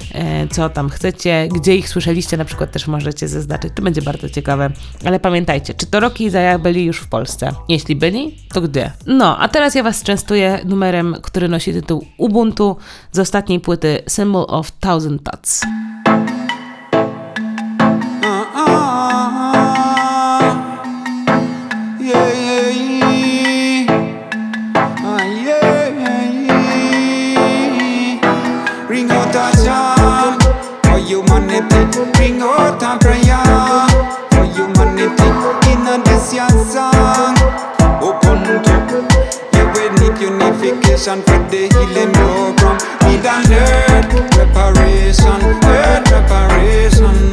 co tam chcecie. Gdzie ich słyszeliście, na przykład też możecie zaznaczyć. To będzie bardzo ciekawe. Ale pamiętajcie, czy Toroki i Izaya byli już w Polsce? Jeśli byli, to gdzie? No, a teraz ja was częstuję numerem, który nosi tytuł Ubuntu z ostatniej płyty Symbol of Thousand Thoughts. Bring out a prayer for humanity in this young song. need unification for the healing program. Need an earth reparation, earth reparation.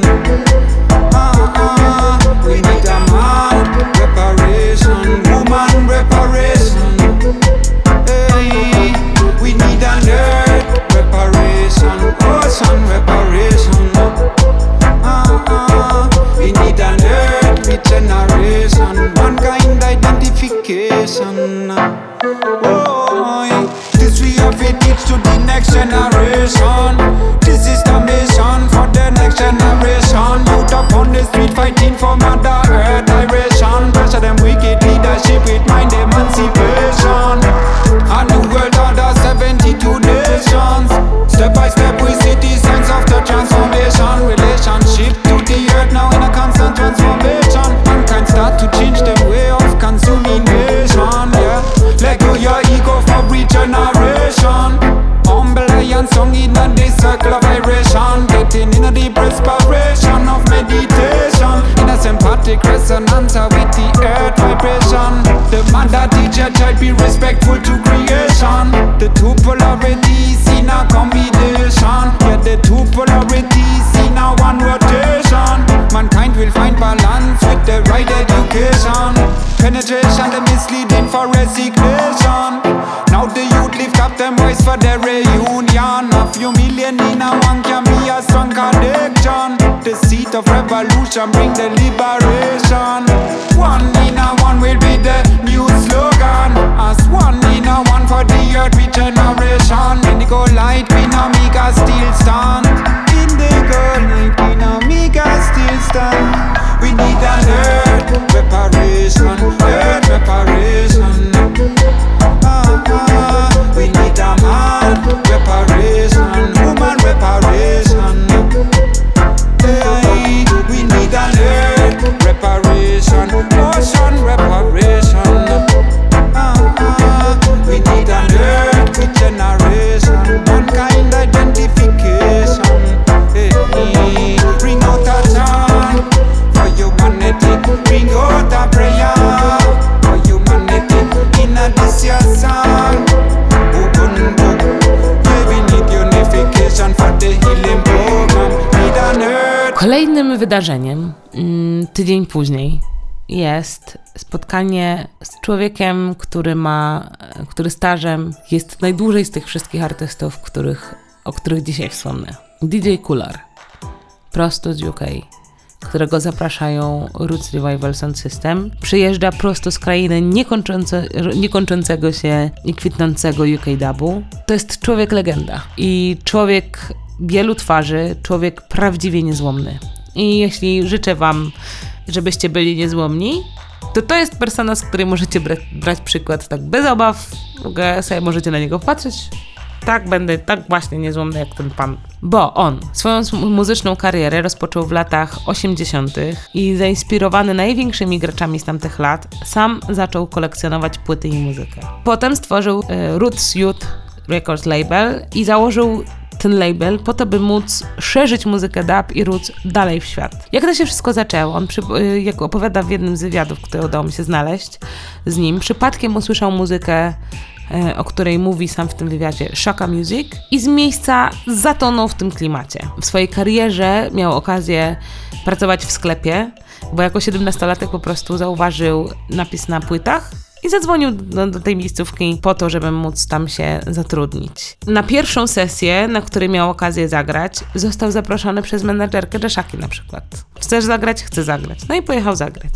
We need a man reparation, woman reparation. Hey, we need an earth reparation, ocean reparation. We need an earth regeneration, mankind identification. Oh, this we have to teach to the next generation. This is the mission for the next generation. Youth up on the street fighting for Mother Earth direction. Pressure them wicked leadership with mind emancipation. A new world order, 72 nations. Step by step we citizens of the transformation. Relationship to the earth now in a constant transformation. Mankind start to change their way of consuming nation. Yeah, let go your ego for regeneration. Humble lion song in the circle of vibration. Getting in a deep respiration of meditation. In a sympathetic resonance with the earth vibration. The mother teacher child be respectful to creation. The two polarities in a combination. Yeah, the two polarities in a one rotation. Mankind will find balance with the right education. Penetration, the misleading for resignation. Now the youth lift up them voice for their reunion. A few million in a one can be a strong connection. The seed of revolution bring the liberation. One in a one will be the new slogan. As one in a one for the earth regeneration. Indigo light, Queen Omega still stand. Indigo light, Queen Omega still stand. We need an earth reparation, earth reparation. We need a man reparation, woman reparation. Hey, we need an earth reparation, ocean reparation. We need an earth regeneration, mankind identification. Hey, bring out a chant for humanity, bring out a prayer for humanity in a this year song. Yeah, we need unification for the healing program. Need an earth. Kolejnym wydarzeniem, tydzień później, jest spotkanie z człowiekiem, który stażem jest najdłużej z tych wszystkich artystów, o których dzisiaj wspomnę. DJ Cooler, prosto z UK, którego zapraszają Roots Revival Sound System. Przyjeżdża prosto z krainy niekończącego się i kwitnącego UK dubu. To jest człowiek legenda i człowiek wielu twarzy, człowiek prawdziwie niezłomny. I jeśli życzę wam, żebyście byli niezłomni, to jest persona, z której możecie brać przykład tak bez obaw. Sobie możecie na niego patrzeć. Tak, będę tak właśnie niezłomny jak ten pan. Bo on swoją muzyczną karierę rozpoczął w latach 80. i zainspirowany największymi graczami z tamtych lat, sam zaczął kolekcjonować płyty i muzykę. Potem stworzył Roots Youth Records label i założył ten label po to, by móc szerzyć muzykę dub i roots dalej w świat. Jak to się wszystko zaczęło? On, jak opowiada w jednym z wywiadów, który udało mi się znaleźć z nim, przypadkiem usłyszał muzykę, o której mówi sam w tym wywiadzie, Shaka Music, i z miejsca zatonął w tym klimacie. W swojej karierze miał okazję pracować w sklepie, bo jako 17-latek po prostu zauważył napis na płytach i zadzwonił do tej miejscówki po to, żeby móc tam się zatrudnić. Na pierwszą sesję, na której miał okazję zagrać, został zaproszony przez menadżerkę Jashaki na przykład. Chcesz zagrać? Chcę zagrać. No i pojechał zagrać.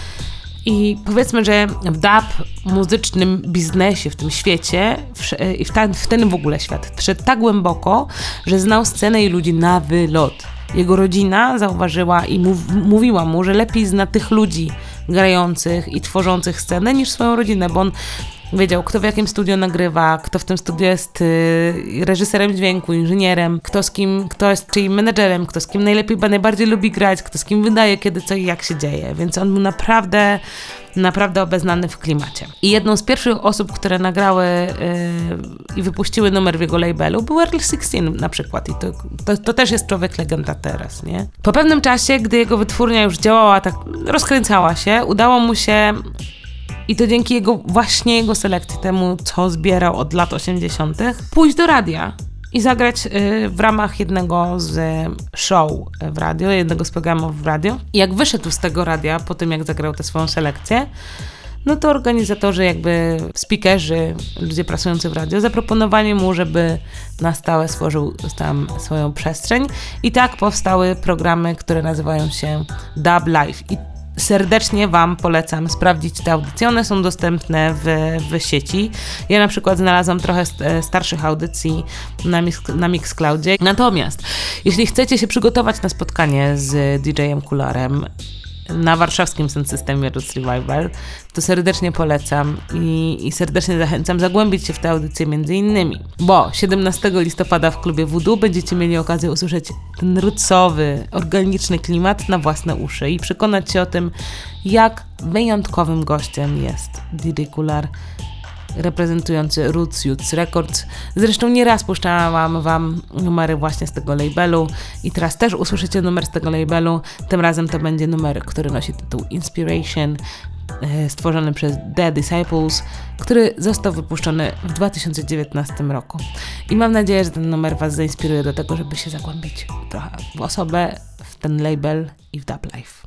I powiedzmy, że w dub muzycznym biznesie, w tym świecie i w ten w ogóle świat wszedł tak głęboko, że znał scenę i ludzi na wylot. Jego rodzina zauważyła i mówiła mu, że lepiej zna tych ludzi grających i tworzących scenę niż swoją rodzinę, bo on wiedział, kto w jakim studio nagrywa, kto w tym studiu jest reżyserem dźwięku, inżynierem, kto jest czyim menedżerem, kto z kim najbardziej lubi grać, kto z kim wydaje, kiedy co i jak się dzieje. Więc on był naprawdę obeznany w klimacie. I jedną z pierwszych osób, które nagrały i wypuściły numer w jego labelu, był Earl 16 na przykład. I to też jest człowiek legenda teraz, nie? Po pewnym czasie, gdy jego wytwórnia już działała, tak rozkręcała się, udało mu się i to dzięki jego selekcji, temu co zbierał od lat 80., pójść do radia i zagrać w ramach jednego z show w radio, jednego z programów w radio. I jak wyszedł z tego radia po tym, jak zagrał tę swoją selekcję, no to organizatorzy, jakby speakerzy, ludzie pracujący w radio, zaproponowali mu, żeby na stałe stworzył tam swoją przestrzeń. I tak powstały programy, które nazywają się Dub Live. I serdecznie Wam polecam sprawdzić te audycje. One są dostępne w sieci. Ja na przykład znalazłam trochę starszych audycji na Mixcloudzie. Natomiast jeśli chcecie się przygotować na spotkanie z DJ-em Kularem na warszawskim Sound Systemie Roots Revival, to serdecznie polecam i serdecznie zachęcam zagłębić się w te audycje między innymi, bo 17 listopada w klubie Voodoo będziecie mieli okazję usłyszeć ten rootsowy, organiczny klimat na własne uszy i przekonać się o tym, jak wyjątkowym gościem jest DJ Kular, reprezentujący Roots Youth Records. Zresztą nieraz puszczałam Wam numery właśnie z tego labelu i teraz też usłyszycie numer z tego labelu. Tym razem to będzie numer, który nosi tytuł Inspiration, stworzony przez The Disciples, który został wypuszczony w 2019 roku. I mam nadzieję, że ten numer Was zainspiruje do tego, żeby się zagłębić trochę w osobę, w ten label i w Dub Life.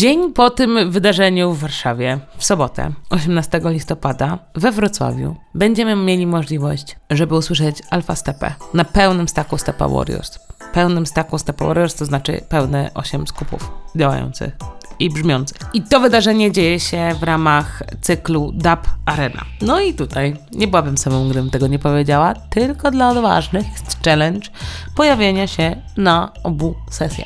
Dzień po tym wydarzeniu w Warszawie, w sobotę, 18 listopada, we Wrocławiu, będziemy mieli możliwość, żeby usłyszeć Alpha Stepę na pełnym stacku Stepa Warriors. Pełnym stacku Stepa Warriors to znaczy pełne 8 skupów działających i brzmiących. I to wydarzenie dzieje się w ramach cyklu Dub Arena. No i tutaj nie byłabym samą, gdybym tego nie powiedziała, tylko dla odważnych jest challenge pojawienia się na obu sesjach.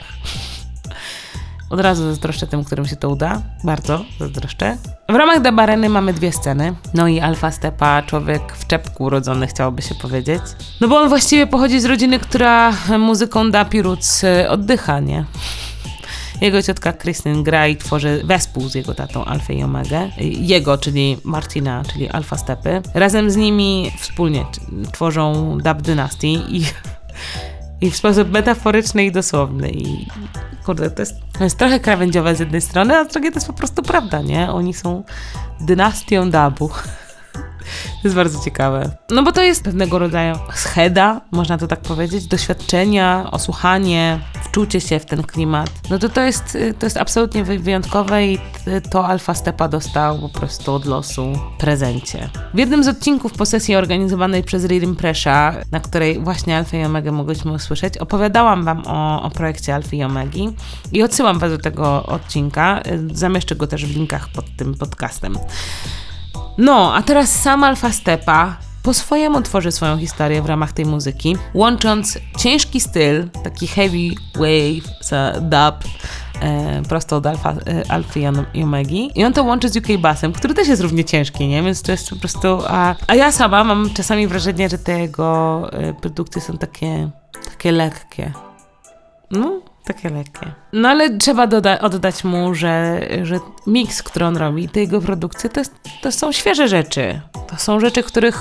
Od razu zazdroszczę tym, którym się to uda. Bardzo zazdroszczę. W ramach Dub Areny mamy 2 sceny. No i Alpha Stepa, człowiek w czepku urodzony, chciałoby się powiedzieć. No bo on właściwie pochodzi z rodziny, która muzyką dub i roots oddycha, nie? Jego ciotka Kristyn gra i tworzy wespół z jego tatą Alfę i Omegę. Jego, czyli Martina, czyli Alpha Stepy. Razem z nimi wspólnie tworzą Dub Dynasty i w sposób metaforyczny i dosłowny. I kurde, to jest trochę krawędziowe z jednej strony, a z drugiej to jest po prostu prawda, nie? Oni są dynastią dubu. To jest bardzo ciekawe. No bo to jest pewnego rodzaju scheda, można to tak powiedzieć, doświadczenia, osłuchanie, wczucie się w ten klimat. No to jest absolutnie wyjątkowe i to Alpha Stepa dostał po prostu od losu prezencie. W jednym z odcinków po sesji organizowanej przez Rhythm Pressure, na której właśnie Alfę i Omegę mogliśmy usłyszeć, opowiadałam wam o projekcie Alfy i Omegi i odsyłam was do tego odcinka. Zamieszczę go też w linkach pod tym podcastem. No, a teraz sam Alpha Stepa po swojemu tworzy swoją historię w ramach tej muzyki, łącząc ciężki styl, taki heavy wave, dub, prosto od Alfy i Omegi. I on to łączy z UK Bassem, który też jest równie ciężki, nie? Więc to jest po prostu... A ja sama mam czasami wrażenie, że te jego produkcje są takie lekkie. No, takie lekkie. No ale trzeba oddać mu, że miks, który on robi, te jego produkcje, to są świeże rzeczy. To są rzeczy,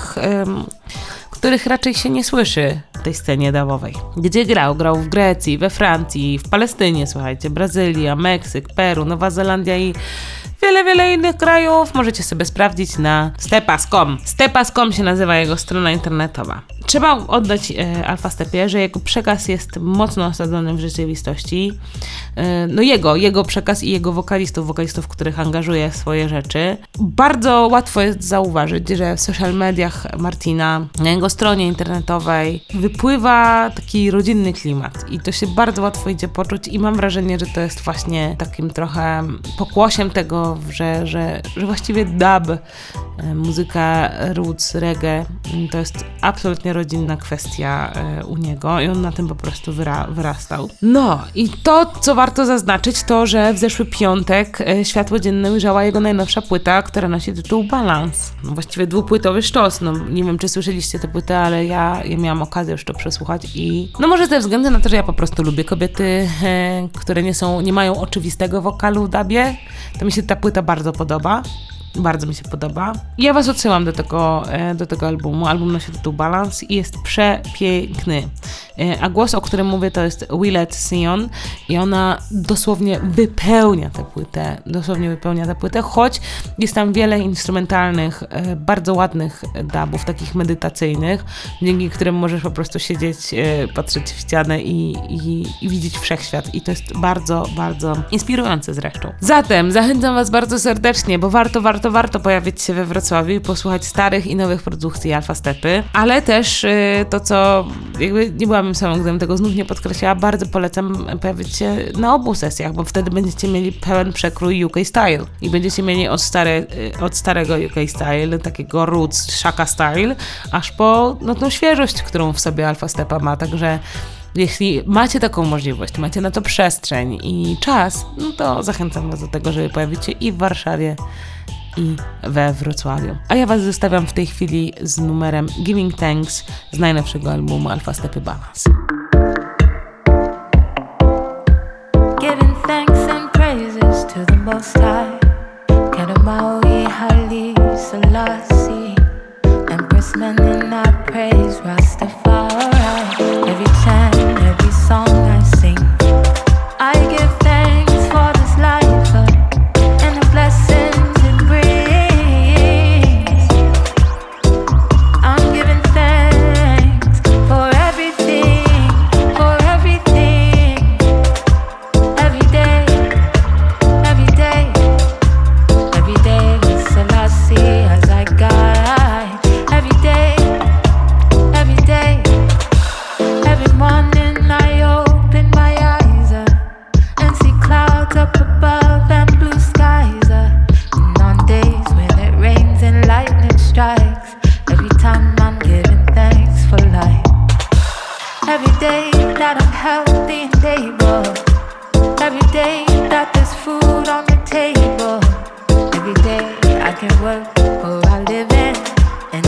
których raczej się nie słyszy w tej scenie dubowej. Gdzie grał? Grał w Grecji, we Francji, w Palestynie, słuchajcie, Brazylia, Meksyk, Peru, Nowa Zelandia i wiele innych krajów. Możecie sobie sprawdzić na stepaz.com. Stepaz.com się nazywa jego strona internetowa. Trzeba oddać Alpha Stepie, że jego przekaz jest mocno osadzony w rzeczywistości. No jego przekaz i jego wokalistów, których angażuje w swoje rzeczy. Bardzo łatwo jest zauważyć, że w social mediach Martina, na jego stronie internetowej wypływa taki rodzinny klimat i to się bardzo łatwo idzie poczuć i mam wrażenie, że to jest właśnie takim trochę pokłosiem tego, że właściwie dub, muzyka roots, reggae, to jest absolutnie rodzinna kwestia u niego i on na tym po prostu wyrastał. No i to, co warto zaznaczyć, to, że w zeszły piątek światło dzienne ujrzała jego najnowsza płyta, która nosi tytuł Balance. No, właściwie 2-płytowy sztos. No, nie wiem, czy słyszeliście tę płytę, ale ja miałam okazję już to przesłuchać i no może ze względu na to, że ja po prostu lubię kobiety, które nie mają oczywistego wokalu w dubie, to mi się ta płyta bardzo podoba. Bardzo mi się podoba. Ja was odsyłam do tego albumu. Album nosi tytuł Balance i jest przepiękny. A głos, o którym mówię, to jest Willette Sion i ona dosłownie wypełnia tę płytę, choć jest tam wiele instrumentalnych, bardzo ładnych dubów, takich medytacyjnych, dzięki którym możesz po prostu siedzieć, patrzeć w ścianę i widzieć wszechświat i to jest bardzo, bardzo inspirujące zresztą. Zatem zachęcam was bardzo serdecznie, bo warto pojawić się we Wrocławiu i posłuchać starych i nowych produkcji Alpha Stepy, ale też to, co jakby nie byłabym samą, gdybym tego znów nie podkreślała, bardzo polecam pojawić się na obu sesjach, bo wtedy będziecie mieli pełen przekrój UK Style i będziecie mieli od starego UK Style, takiego roots, shaka style, aż po tą świeżość, którą w sobie Alpha Stepa ma, także jeśli macie taką możliwość, macie na to przestrzeń i czas, no to zachęcam was do tego, żeby pojawić się i w Warszawie, i we Wrocławiu. A ja was zostawiam w tej chwili z numerem Giving Thanks z najnowszego albumu Alpha Stepy Balance. Giving thanks and praises to the Most High, Kadamawi Haile Selassie, Empress men in our praise, Rastafari. Every chant, every song I sing, I give thanks for this life and the blessings it brings. I'm giving thanks for everything, every day, every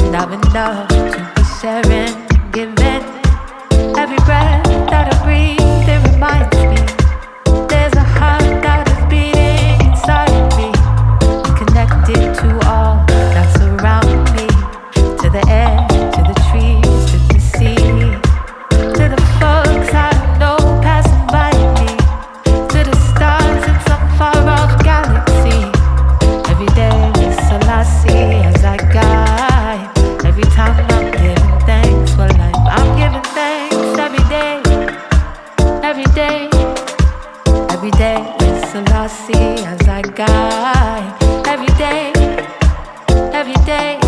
love enough to be sharing, giving. Every breath that I breathe, it reminds me there's a heart that is beating inside me, connected to all that's around me, to the air, to the trees, to the sea, to the folks I know passing by me, to the stars in some far-off galaxy. Every day is Selassie as I guide. Every time I'm giving thanks for life, I'm giving thanks every day, every day. Every day is Selassie as I guide. Every day, every day.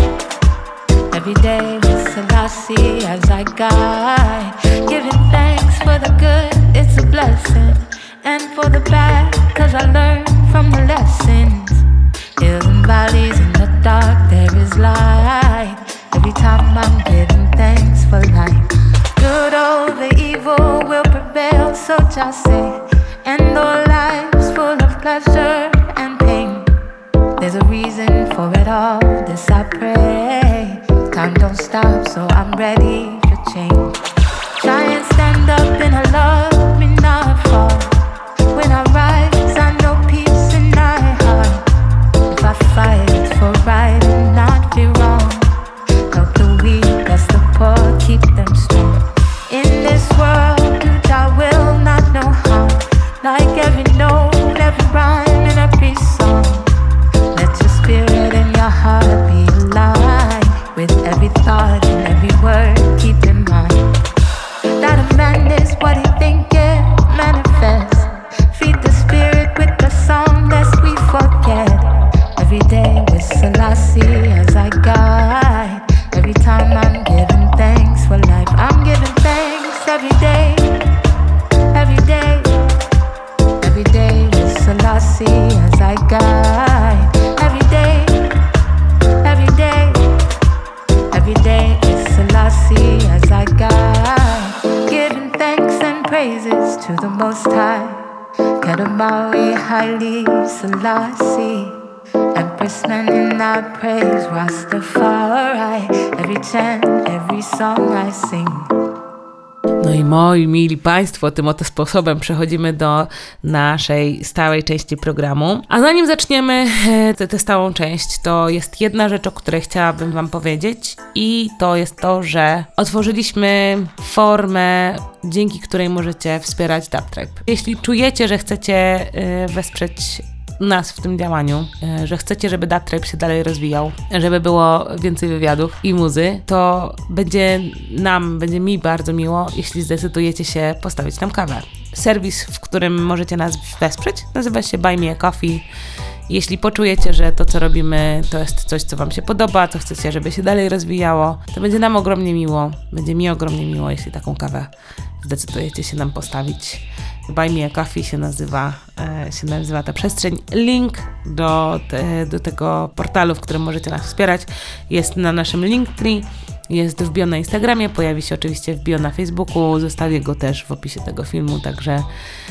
Every day is Selassie as I guide. Giving thanks for the good, it's a blessing, and for the bad, cause I learned from the lessons. Hills and valleys in the dark, there is light. Every time I'm giving thanks for life. Good over evil will prevail, so just say. And all lives full of pleasure and pain. There's a reason for it all, this I pray. Time don't stop, so I'm ready for change. Try and stand up and I love me not fall. When I rise, I know peace in my heart. If I fight for right and not be wrong, help the weak, bless the poor, keep them strong. In this world, I will not know how. Like every note, every rhyme, and every song. Let your spirit and your heart be aligned. With every thought and every word, keep in mind that a man is what he thinketh, manifest. Feed the spirit with the song, lest we forget. Every day with Selassie as I guide. Every time I'm giving thanks for life, I'm giving thanks every day, every day. Every day with Selassie as I guide. Every day, every day. Every day is Selassie as I guide. Giving thanks and praises to the Most High. Kadamawi Haile Selassie. Empress man in our praise, Rastafari. Every chant, every song I sing. No i moi mili Państwo, tym oto sposobem przechodzimy do naszej stałej części programu. A zanim zaczniemy tę stałą część, to jest jedna rzecz, o której chciałabym Wam powiedzieć, i to jest to, że otworzyliśmy formę, dzięki której możecie wspierać Dubtribe. Jeśli czujecie, że chcecie wesprzeć nas w tym działaniu, że chcecie, żeby Dubtribe się dalej rozwijał, żeby było więcej wywiadów i muzy, to będzie mi bardzo miło, jeśli zdecydujecie się postawić nam kawę. Serwis, w którym możecie nas wesprzeć, nazywa się Buy Me a Coffee. Jeśli poczujecie, że to, co robimy, to jest coś, co Wam się podoba, co chcecie, żeby się dalej rozwijało, to będzie nam ogromnie miło, będzie mi ogromnie miło, jeśli taką kawę zdecydujecie się nam postawić. Buy Me a Coffee się nazywa ta przestrzeń. Link do tego portalu, w którym możecie nas wspierać, jest na naszym Linktree, jest w bio na Instagramie, pojawi się oczywiście w bio na Facebooku, zostawię go też w opisie tego filmu, także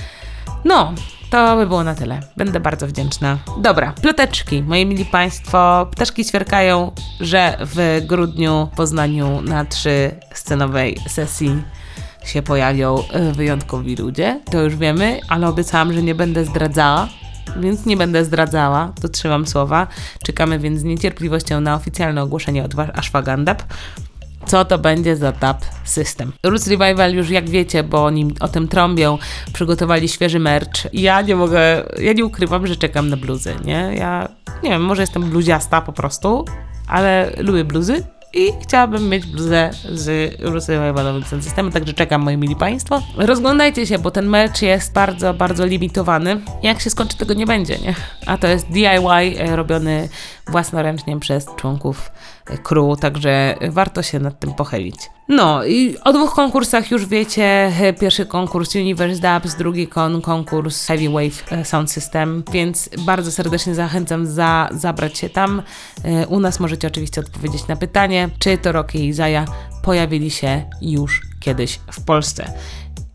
no, to by było na tyle. Będę bardzo wdzięczna. Dobra, ploteczki, moi mili Państwo. Ptaszki ćwierkają, że w grudniu w Poznaniu na 3-scenowej sesji się pojawią wyjątkowi ludzie. To już wiemy, ale obiecałam, że nie będę zdradzała, więc nie będę zdradzała. Dotrzymam słowa. Czekamy więc z niecierpliwością na oficjalne ogłoszenie od Ashwagandha. Co to będzie za Dub System? Roots Revival już, jak wiecie, bo oni o tym trąbią, przygotowali świeży merch. Ja nie ukrywam, że czekam na bluzy, nie? Ja nie wiem, może jestem bluziasta po prostu, ale lubię bluzy i chciałabym mieć bluzę z Roots Revivalowym systemem, także czekam, moi mili Państwo. Rozglądajcie się, bo ten merch jest bardzo, bardzo limitowany. Jak się skończy, tego nie będzie, nie? A to jest DIY robiony własnoręcznie przez członków crew, także warto się nad tym pochylić. No i o 2 konkursach już wiecie. Pierwszy konkurs Universe Dubs, drugi konkurs Heavy Wave Sound System, więc bardzo serdecznie zachęcam zabrać się tam. U nas możecie oczywiście odpowiedzieć na pytanie, czy to Rocky i Zaya pojawili się już kiedyś w Polsce.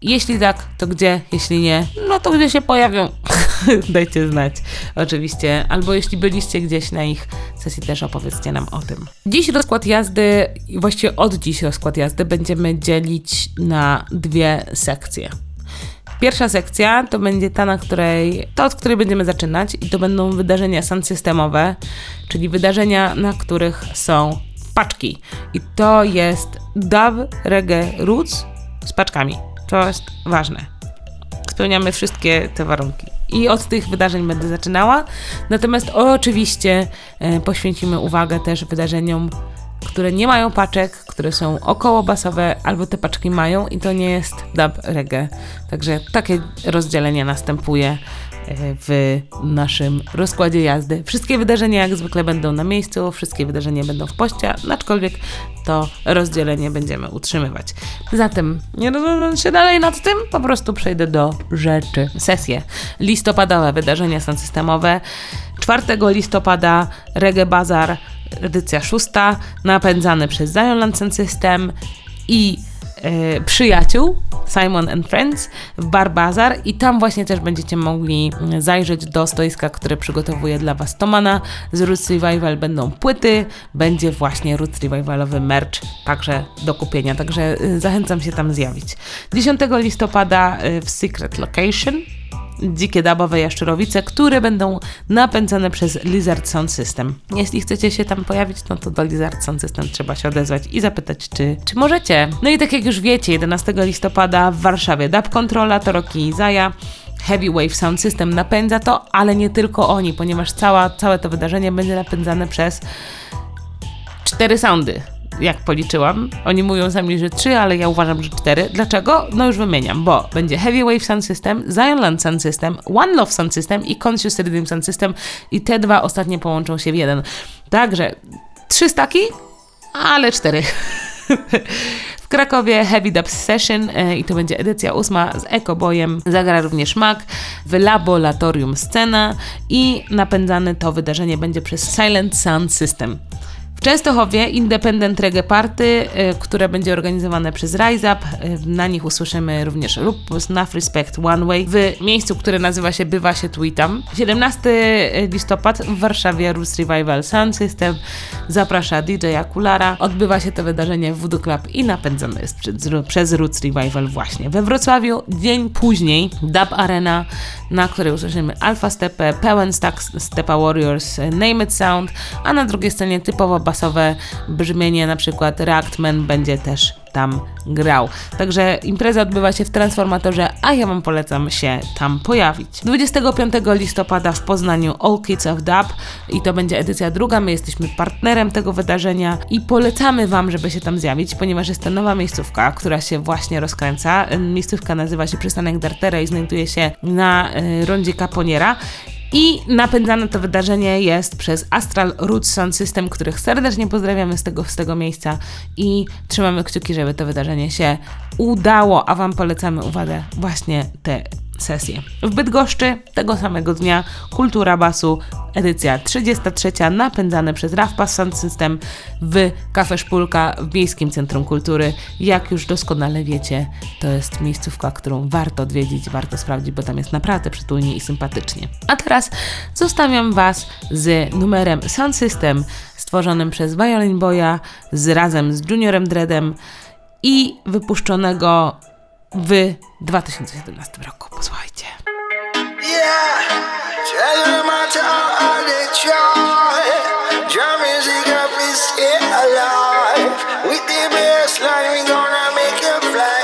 Jeśli tak, to gdzie? Jeśli nie, no to gdzie się pojawią? Dajcie znać, oczywiście. Albo jeśli byliście gdzieś na ich sesji, też opowiedzcie nam o tym. Dziś rozkład jazdy, właściwie od dziś rozkład jazdy będziemy dzielić na 2 sekcje. Pierwsza sekcja to będzie ta, od której będziemy zaczynać i to będą wydarzenia soundsystemowe, czyli wydarzenia, na których są paczki. I to jest dub, reggae, roots z paczkami. To jest ważne. Spełniamy wszystkie te warunki. I od tych wydarzeń będę zaczynała. Natomiast oczywiście poświęcimy uwagę też wydarzeniom, które nie mają paczek, które są okołobasowe, albo te paczki mają i to nie jest dub reggae. Także takie rozdzielenie następuje w naszym rozkładzie jazdy. Wszystkie wydarzenia jak zwykle będą na miejscu, wszystkie wydarzenia będą w poście, aczkolwiek to rozdzielenie będziemy utrzymywać. Zatem nie rozglądam się dalej nad tym, po prostu przejdę do rzeczy. Sesje listopadowe, wydarzenia soundsystemowe. 4 listopada Reggae Bazaar, edycja 6, napędzany przez Zionland Sound System i przyjaciół Simon and Friends w Bar Bazaar i tam właśnie też będziecie mogli zajrzeć do stoiska, które przygotowuje dla was Tomana. Z Roots Revival będą płyty, będzie właśnie Roots Revivalowy merch także do kupienia, także zachęcam się tam zjawić. 10 listopada w Secret Location dzikie dubowe jaszczurowice, które będą napędzane przez Lizard Sound System. Jeśli chcecie się tam pojawić, no to do Lizard Sound System trzeba się odezwać i zapytać, czy możecie. No i tak jak już wiecie, 11 listopada w Warszawie Dub Controla, Toroki i Zaja. Heavy Wave Sound System napędza to, ale nie tylko oni, ponieważ całe to wydarzenie będzie napędzane przez 4 soundy. Jak policzyłam, oni mówią sami, że 3, ale ja uważam, że 4. Dlaczego? No już wymieniam, bo będzie Heavy Wave Sound System, Zionland Sound System, One Love Sound System i Conscious Rhythm Sound System i te 2 ostatnie połączą się w jeden. Także 3 staki, ale 4. W Krakowie Heavy Dub Session i to będzie edycja 8 z Ekobojem. Zagra również Mac w Laboratorium Scena i napędzane to wydarzenie będzie przez Silent Sound System. W Częstochowie Independent Reggae Party, które będzie organizowane przez Rise Up. Na nich usłyszymy również Lupus, Enough Respect, One Way w miejscu, które nazywa się Bywa się tu i tam. 17 listopad w Warszawie Roots Revival Sound System zaprasza DJ Akulara. Odbywa się to wydarzenie w Voodoo Club i napędzane jest przez Roots Revival właśnie. We Wrocławiu dzień później Dub Arena, na której usłyszymy Alpha Stepę, pełen stack Stepa Warriors, Name It Sound, a na drugiej scenie typowo basowe brzmienie, na przykład Reactman będzie też tam grał. Także impreza odbywa się w Transformatorze, a ja wam polecam się tam pojawić. 25 listopada w Poznaniu All Kids of Dub i to będzie edycja 2. My jesteśmy partnerem tego wydarzenia i polecamy wam, żeby się tam zjawić, ponieważ jest to nowa miejscówka, która się właśnie rozkręca. Miejscówka nazywa się Przystanek Dartera i znajduje się na rondzie Caponiera. I napędzane to wydarzenie jest przez Astral Roots Sound System, których serdecznie pozdrawiamy z tego miejsca i trzymamy kciuki, żeby to wydarzenie się udało, a wam polecamy uwagę właśnie te sesje. W Bydgoszczy tego samego dnia Kultura Basu, edycja 33, napędzane przez Rafpas Sound System w Cafe Szpulka w Miejskim Centrum Kultury. Jak już doskonale wiecie, to jest miejscówka, którą warto odwiedzić, warto sprawdzić, bo tam jest naprawdę przytulnie i sympatycznie. A teraz zostawiam was z numerem Sound System stworzonym przez Violin Boya razem z Juniorem Dreadem i wypuszczonego w 2017 roku. Posłuchajcie. Yeah, tell them to all the joy. Drum music up is stay alive. With the bass line we gonna make you fly.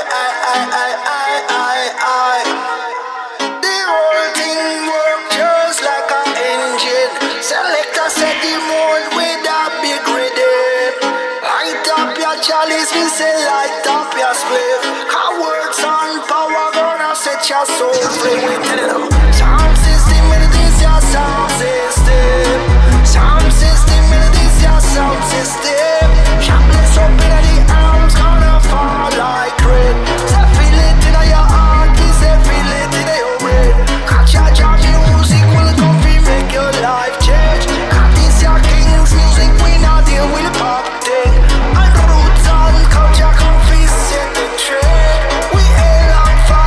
The whole thing work just like an engine. Selector set the mode with a big rhythm. Light up your chalice, we say light up your spliff. Words on power gonna set your soul free. Sound system, melodies, your sound system. Sound system, melodies, your sound system. Sharpness up in the arms gonna fall like rain. Say feel it in your heart, say feel it in your brain. Catch your jam music will come free, make your life change. Got this your king's music, we not deal with pop thing. And roots and culture come free, set the trend. We hail and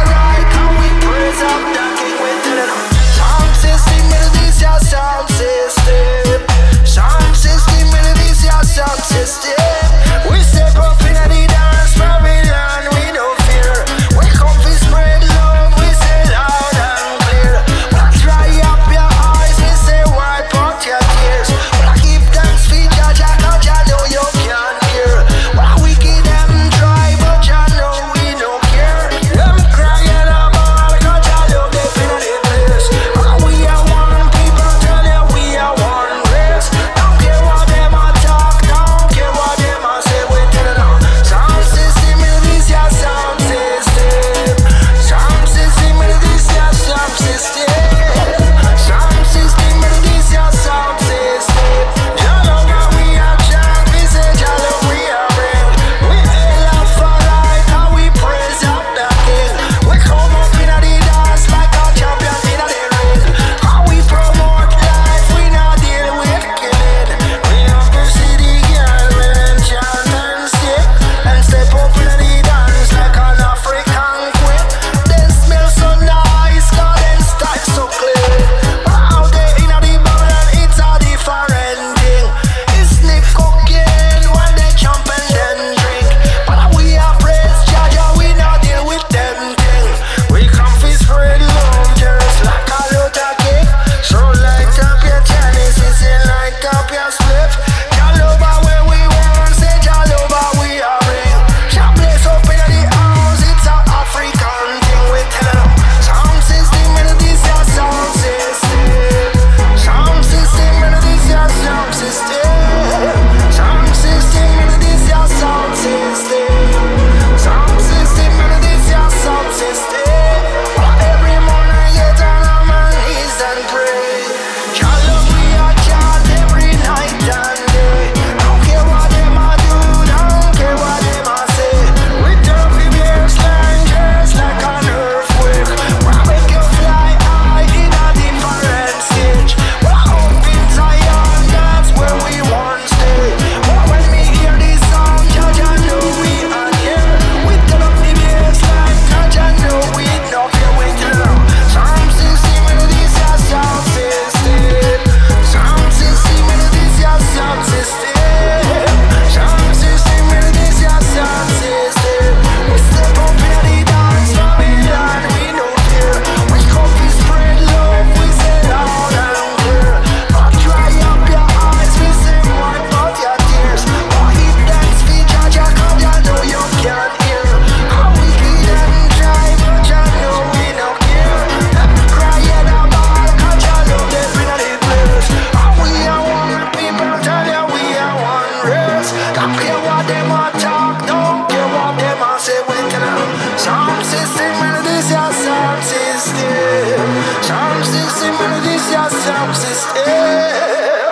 what them a talk, don't care what them a say. Wait till now. Sound system melodies, yeah, sound system. Sound system melodies, yeah, sound system.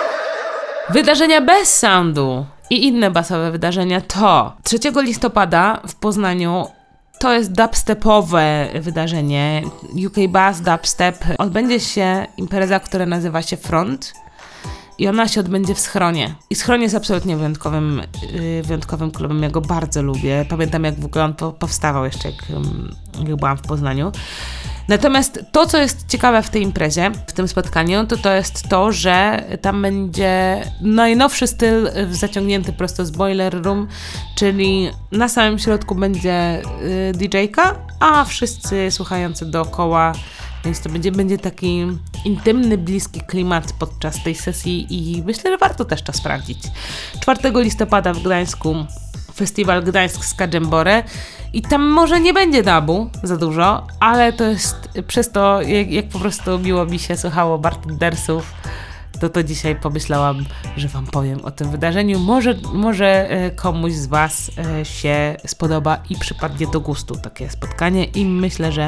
Wydarzenia bez soundu i inne basowe wydarzenia to 3 listopada w Poznaniu. To jest dubstepowe wydarzenie, UK Bass Dubstep. Odbędzie się impreza, która nazywa się Front i ona się odbędzie w Schronie. I Schron jest absolutnie wyjątkowym klubem, ja go bardzo lubię. Pamiętam, jak w ogóle on powstawał jeszcze, jak byłam w Poznaniu. Natomiast to, co jest ciekawe w tej imprezie, w tym spotkaniu, to jest to, że tam będzie najnowszy styl zaciągnięty prosto z Boiler Room, czyli na samym środku będzie DJ-ka, a wszyscy słuchający dookoła, więc to będzie taki intymny, bliski klimat podczas tej sesji i myślę, że warto też to sprawdzić. 4 listopada w Gdańsku festiwal Gdańsk Ska Dżembore i tam może nie będzie dubu za dużo, ale to jest przez to, jak po prostu miło mi się słuchało bartendersów, to dzisiaj pomyślałam, że wam powiem o tym wydarzeniu. Może komuś z was się spodoba i przypadnie do gustu takie spotkanie i myślę, że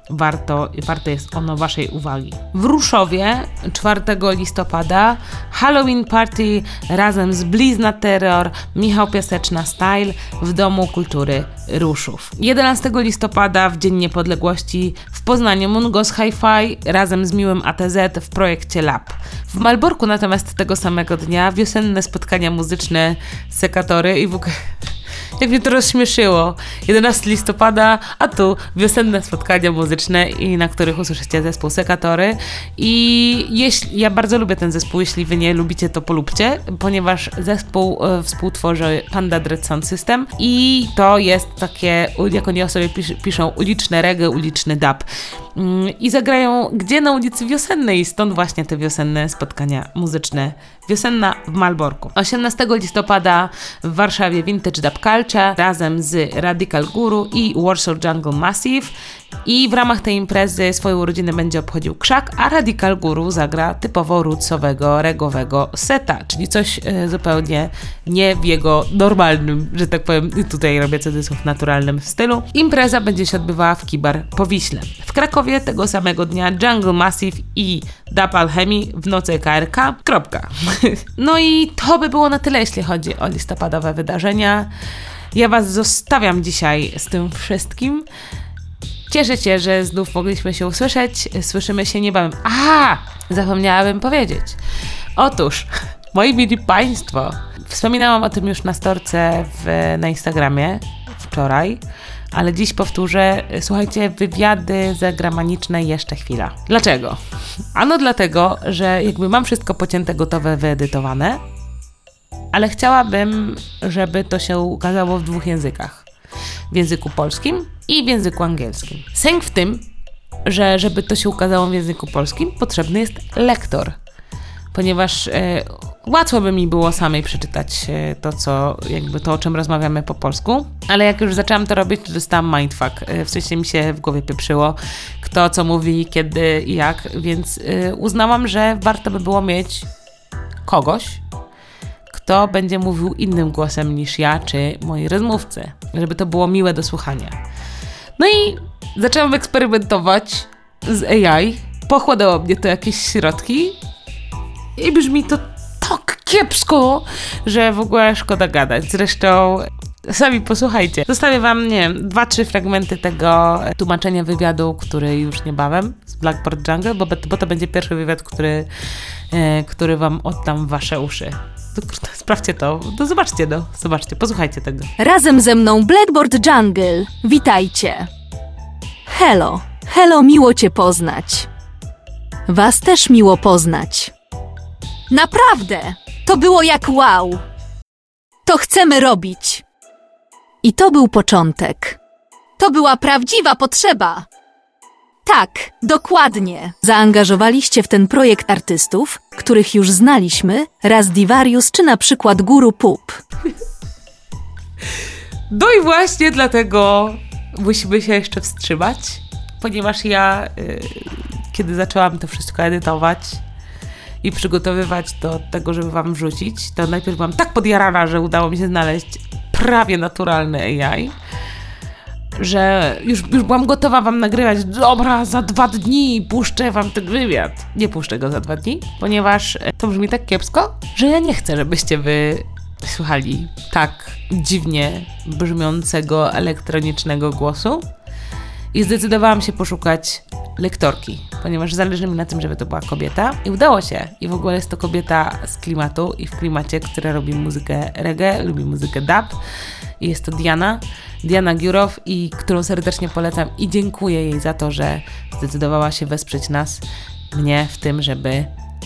warte jest ono waszej uwagi. W Ruszowie 4 listopada Halloween Party razem z Blizna Terror, Michał Piaseczna Style w Domu Kultury Ruszów. 11 listopada w Dzień Niepodległości w Poznaniu Mungos Hi-Fi razem z Miłym ATZ w projekcie Lab. W Malborku natomiast tego samego dnia wiosenne spotkania muzyczne Sekatory i w ogóle... Jak mnie to rozśmieszyło. 11 listopada, a tu wiosenne spotkania muzyczne, i na których usłyszycie zespół Sekatory. I ja bardzo lubię ten zespół, jeśli wy nie lubicie, to polubcie, ponieważ zespół współtworzy Panda Dread Sound System i to jest takie, jak oni o sobie piszą, uliczne reggae, uliczny dub. I zagrają gdzie? Na ulicy Wiosennej, stąd właśnie te wiosenne spotkania muzyczne. Wiosenna w Malborku. 18 listopada w Warszawie Vintage Dub Culture razem z Radical Guru i Warsaw Jungle Massive. I w ramach tej imprezy swoją urodzinę będzie obchodził Krzak, a Radical Guru zagra typowo rootsowego, regowego seta, czyli coś zupełnie nie w jego normalnym, że tak powiem, tutaj robię cudzysłów, naturalnym stylu. Impreza będzie się odbywała w Kibar po Wiśle. W Krakowie tego samego dnia Jungle Massive i Dub Alchemy w nocy KRK. No i to by było na tyle, jeśli chodzi o listopadowe wydarzenia. Ja was zostawiam dzisiaj z tym wszystkim. Cieszę się, że znów mogliśmy się usłyszeć. Słyszymy się niebawem. Zapomniałabym powiedzieć. Otóż, moi mili państwo, wspominałam o tym już na storce na Instagramie wczoraj, ale dziś powtórzę. Słuchajcie, wywiady zagraniczne jeszcze chwila. Dlaczego? Ano dlatego, że jakby mam wszystko pocięte, gotowe, wyedytowane, ale chciałabym, żeby to się ukazało w 2 językach. W języku polskim i w języku angielskim. Sęk w tym, że żeby to się ukazało w języku polskim, potrzebny jest lektor, ponieważ łatwo by mi było samej przeczytać to, o czym rozmawiamy po polsku, ale jak już zaczęłam to robić, to dostałam mindfuck. W sensie mi się w głowie pieprzyło, kto co mówi, kiedy i jak, więc uznałam, że warto by było mieć kogoś, kto będzie mówił innym głosem niż ja czy moi rozmówcy, żeby to było miłe do słuchania. No i zaczęłam eksperymentować z AI, pochłonęło mnie to jakieś środki i brzmi to tak kiepsko, że w ogóle szkoda gadać. Zresztą sami posłuchajcie. Zostawię wam, 2-3 fragmenty tego tłumaczenia wywiadu, który już niebawem z Blackboard Jungle, bo to będzie pierwszy wywiad, który wam oddam w wasze uszy. Sprawdźcie to, zobaczcie, posłuchajcie tego. Razem ze mną Blackboard Jungle. Witajcie. Hello, miło cię poznać. Was też miło poznać. Naprawdę, to było jak wow. To chcemy robić. I to był początek. To była prawdziwa potrzeba. Tak, dokładnie. Zaangażowaliście w ten projekt artystów, których już znaliśmy, raz Divarius czy na przykład Guru Pup. No i właśnie dlatego musimy się jeszcze wstrzymać, ponieważ ja, kiedy zaczęłam to wszystko edytować i przygotowywać do tego, żeby wam wrzucić, to najpierw byłam tak podjarana, że udało mi się znaleźć prawie naturalny AI, że już byłam gotowa wam nagrywać, dobra, za 2 dni puszczę wam ten wywiad. Nie puszczę go za 2 dni, ponieważ to brzmi tak kiepsko, że ja nie chcę, żebyście wy słuchali tak dziwnie brzmiącego elektronicznego głosu i zdecydowałam się poszukać lektorki, ponieważ zależy mi na tym, żeby to była kobieta i udało się. I w ogóle jest to kobieta z klimatu i w klimacie, która robi muzykę reggae, lubi muzykę dub i jest to Diana Giurow, i którą serdecznie polecam i dziękuję jej za to, że zdecydowała się wesprzeć mnie w tym, żeby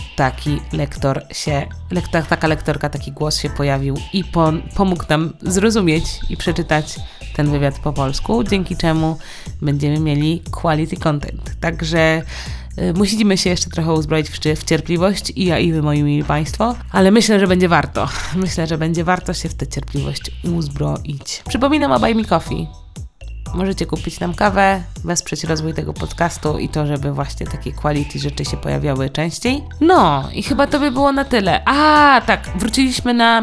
taka lektorka, taki głos się pojawił i pomógł nam zrozumieć i przeczytać ten wywiad po polsku, dzięki czemu będziemy mieli quality content. Także musimy się jeszcze trochę uzbroić w cierpliwość, i ja, i wy, moi mili państwo, ale myślę, że będzie warto. Myślę, że będzie warto się w tę cierpliwość uzbroić. Przypominam o Buy Me Coffee. Możecie kupić nam kawę, wesprzeć rozwój tego podcastu i to, żeby właśnie takie quality rzeczy się pojawiały częściej. No i chyba to by było na tyle. Tak, wróciliśmy na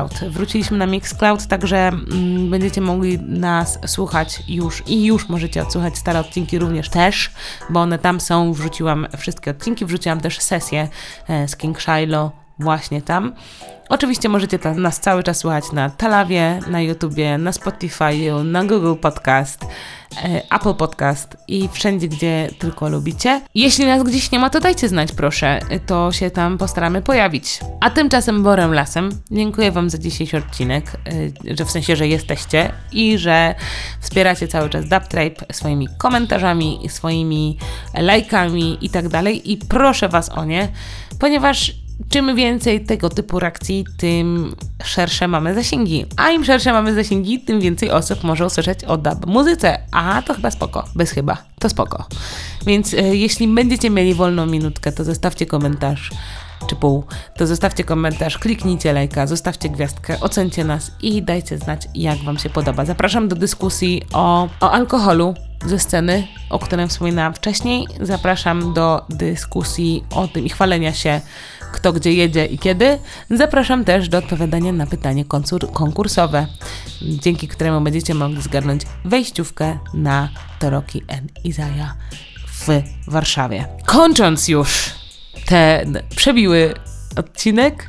Mixcloud, także będziecie mogli nas słuchać już możecie odsłuchać stare odcinki również też, bo one tam są, wrzuciłam wszystkie odcinki, wrzuciłam też sesję z King Shiloh właśnie tam. Oczywiście możecie nas cały czas słuchać na Talawie, na YouTubie, na Spotify'u, na Google Podcast, Apple Podcast i wszędzie, gdzie tylko lubicie. Jeśli nas gdzieś nie ma, to dajcie znać, proszę. To się tam postaramy pojawić. A tymczasem Borem Lasem dziękuję wam za dzisiejszy odcinek, że w sensie, że jesteście i że wspieracie cały czas Dubtrape swoimi komentarzami, swoimi lajkami i tak dalej. I proszę was o nie, ponieważ czym więcej tego typu reakcji, tym szersze mamy zasięgi. A im szersze mamy zasięgi, tym więcej osób może usłyszeć o dub muzyce. A to chyba spoko. To spoko. Więc jeśli będziecie mieli wolną minutkę, to zostawcie komentarz, czy pół, to zostawcie komentarz, kliknijcie lajka, zostawcie gwiazdkę, ocencie nas i dajcie znać, jak wam się podoba. Zapraszam do dyskusji o alkoholu ze sceny, o którym wspominałam wcześniej. Zapraszam do dyskusji o tym i chwalenia się, kto gdzie jedzie i kiedy. Zapraszam też do odpowiadania na pytanie konkursowe, dzięki któremu będziecie mogli zgarnąć wejściówkę na Toroki and Isaiah w Warszawie. Kończąc już ten przebiły odcinek,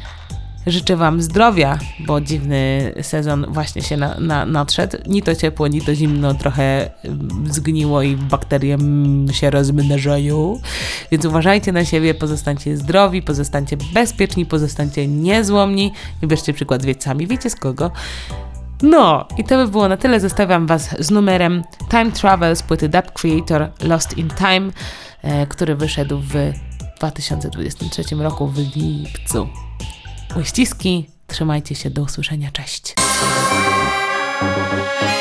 życzę wam zdrowia, bo dziwny sezon właśnie się nadszedł. Ni to ciepło, ni to zimno, trochę zgniło i bakterie się rozmnażają. Więc uważajcie na siebie, pozostańcie zdrowi, pozostańcie bezpieczni, pozostańcie niezłomni i bierzcie przykład sami wiecie z kogo. No i to by było na tyle. Zostawiam was z numerem Time Travel z płyty Dub Creator Lost in Time, który wyszedł w 2023 roku w lipcu. Uściski, trzymajcie się, do usłyszenia, cześć.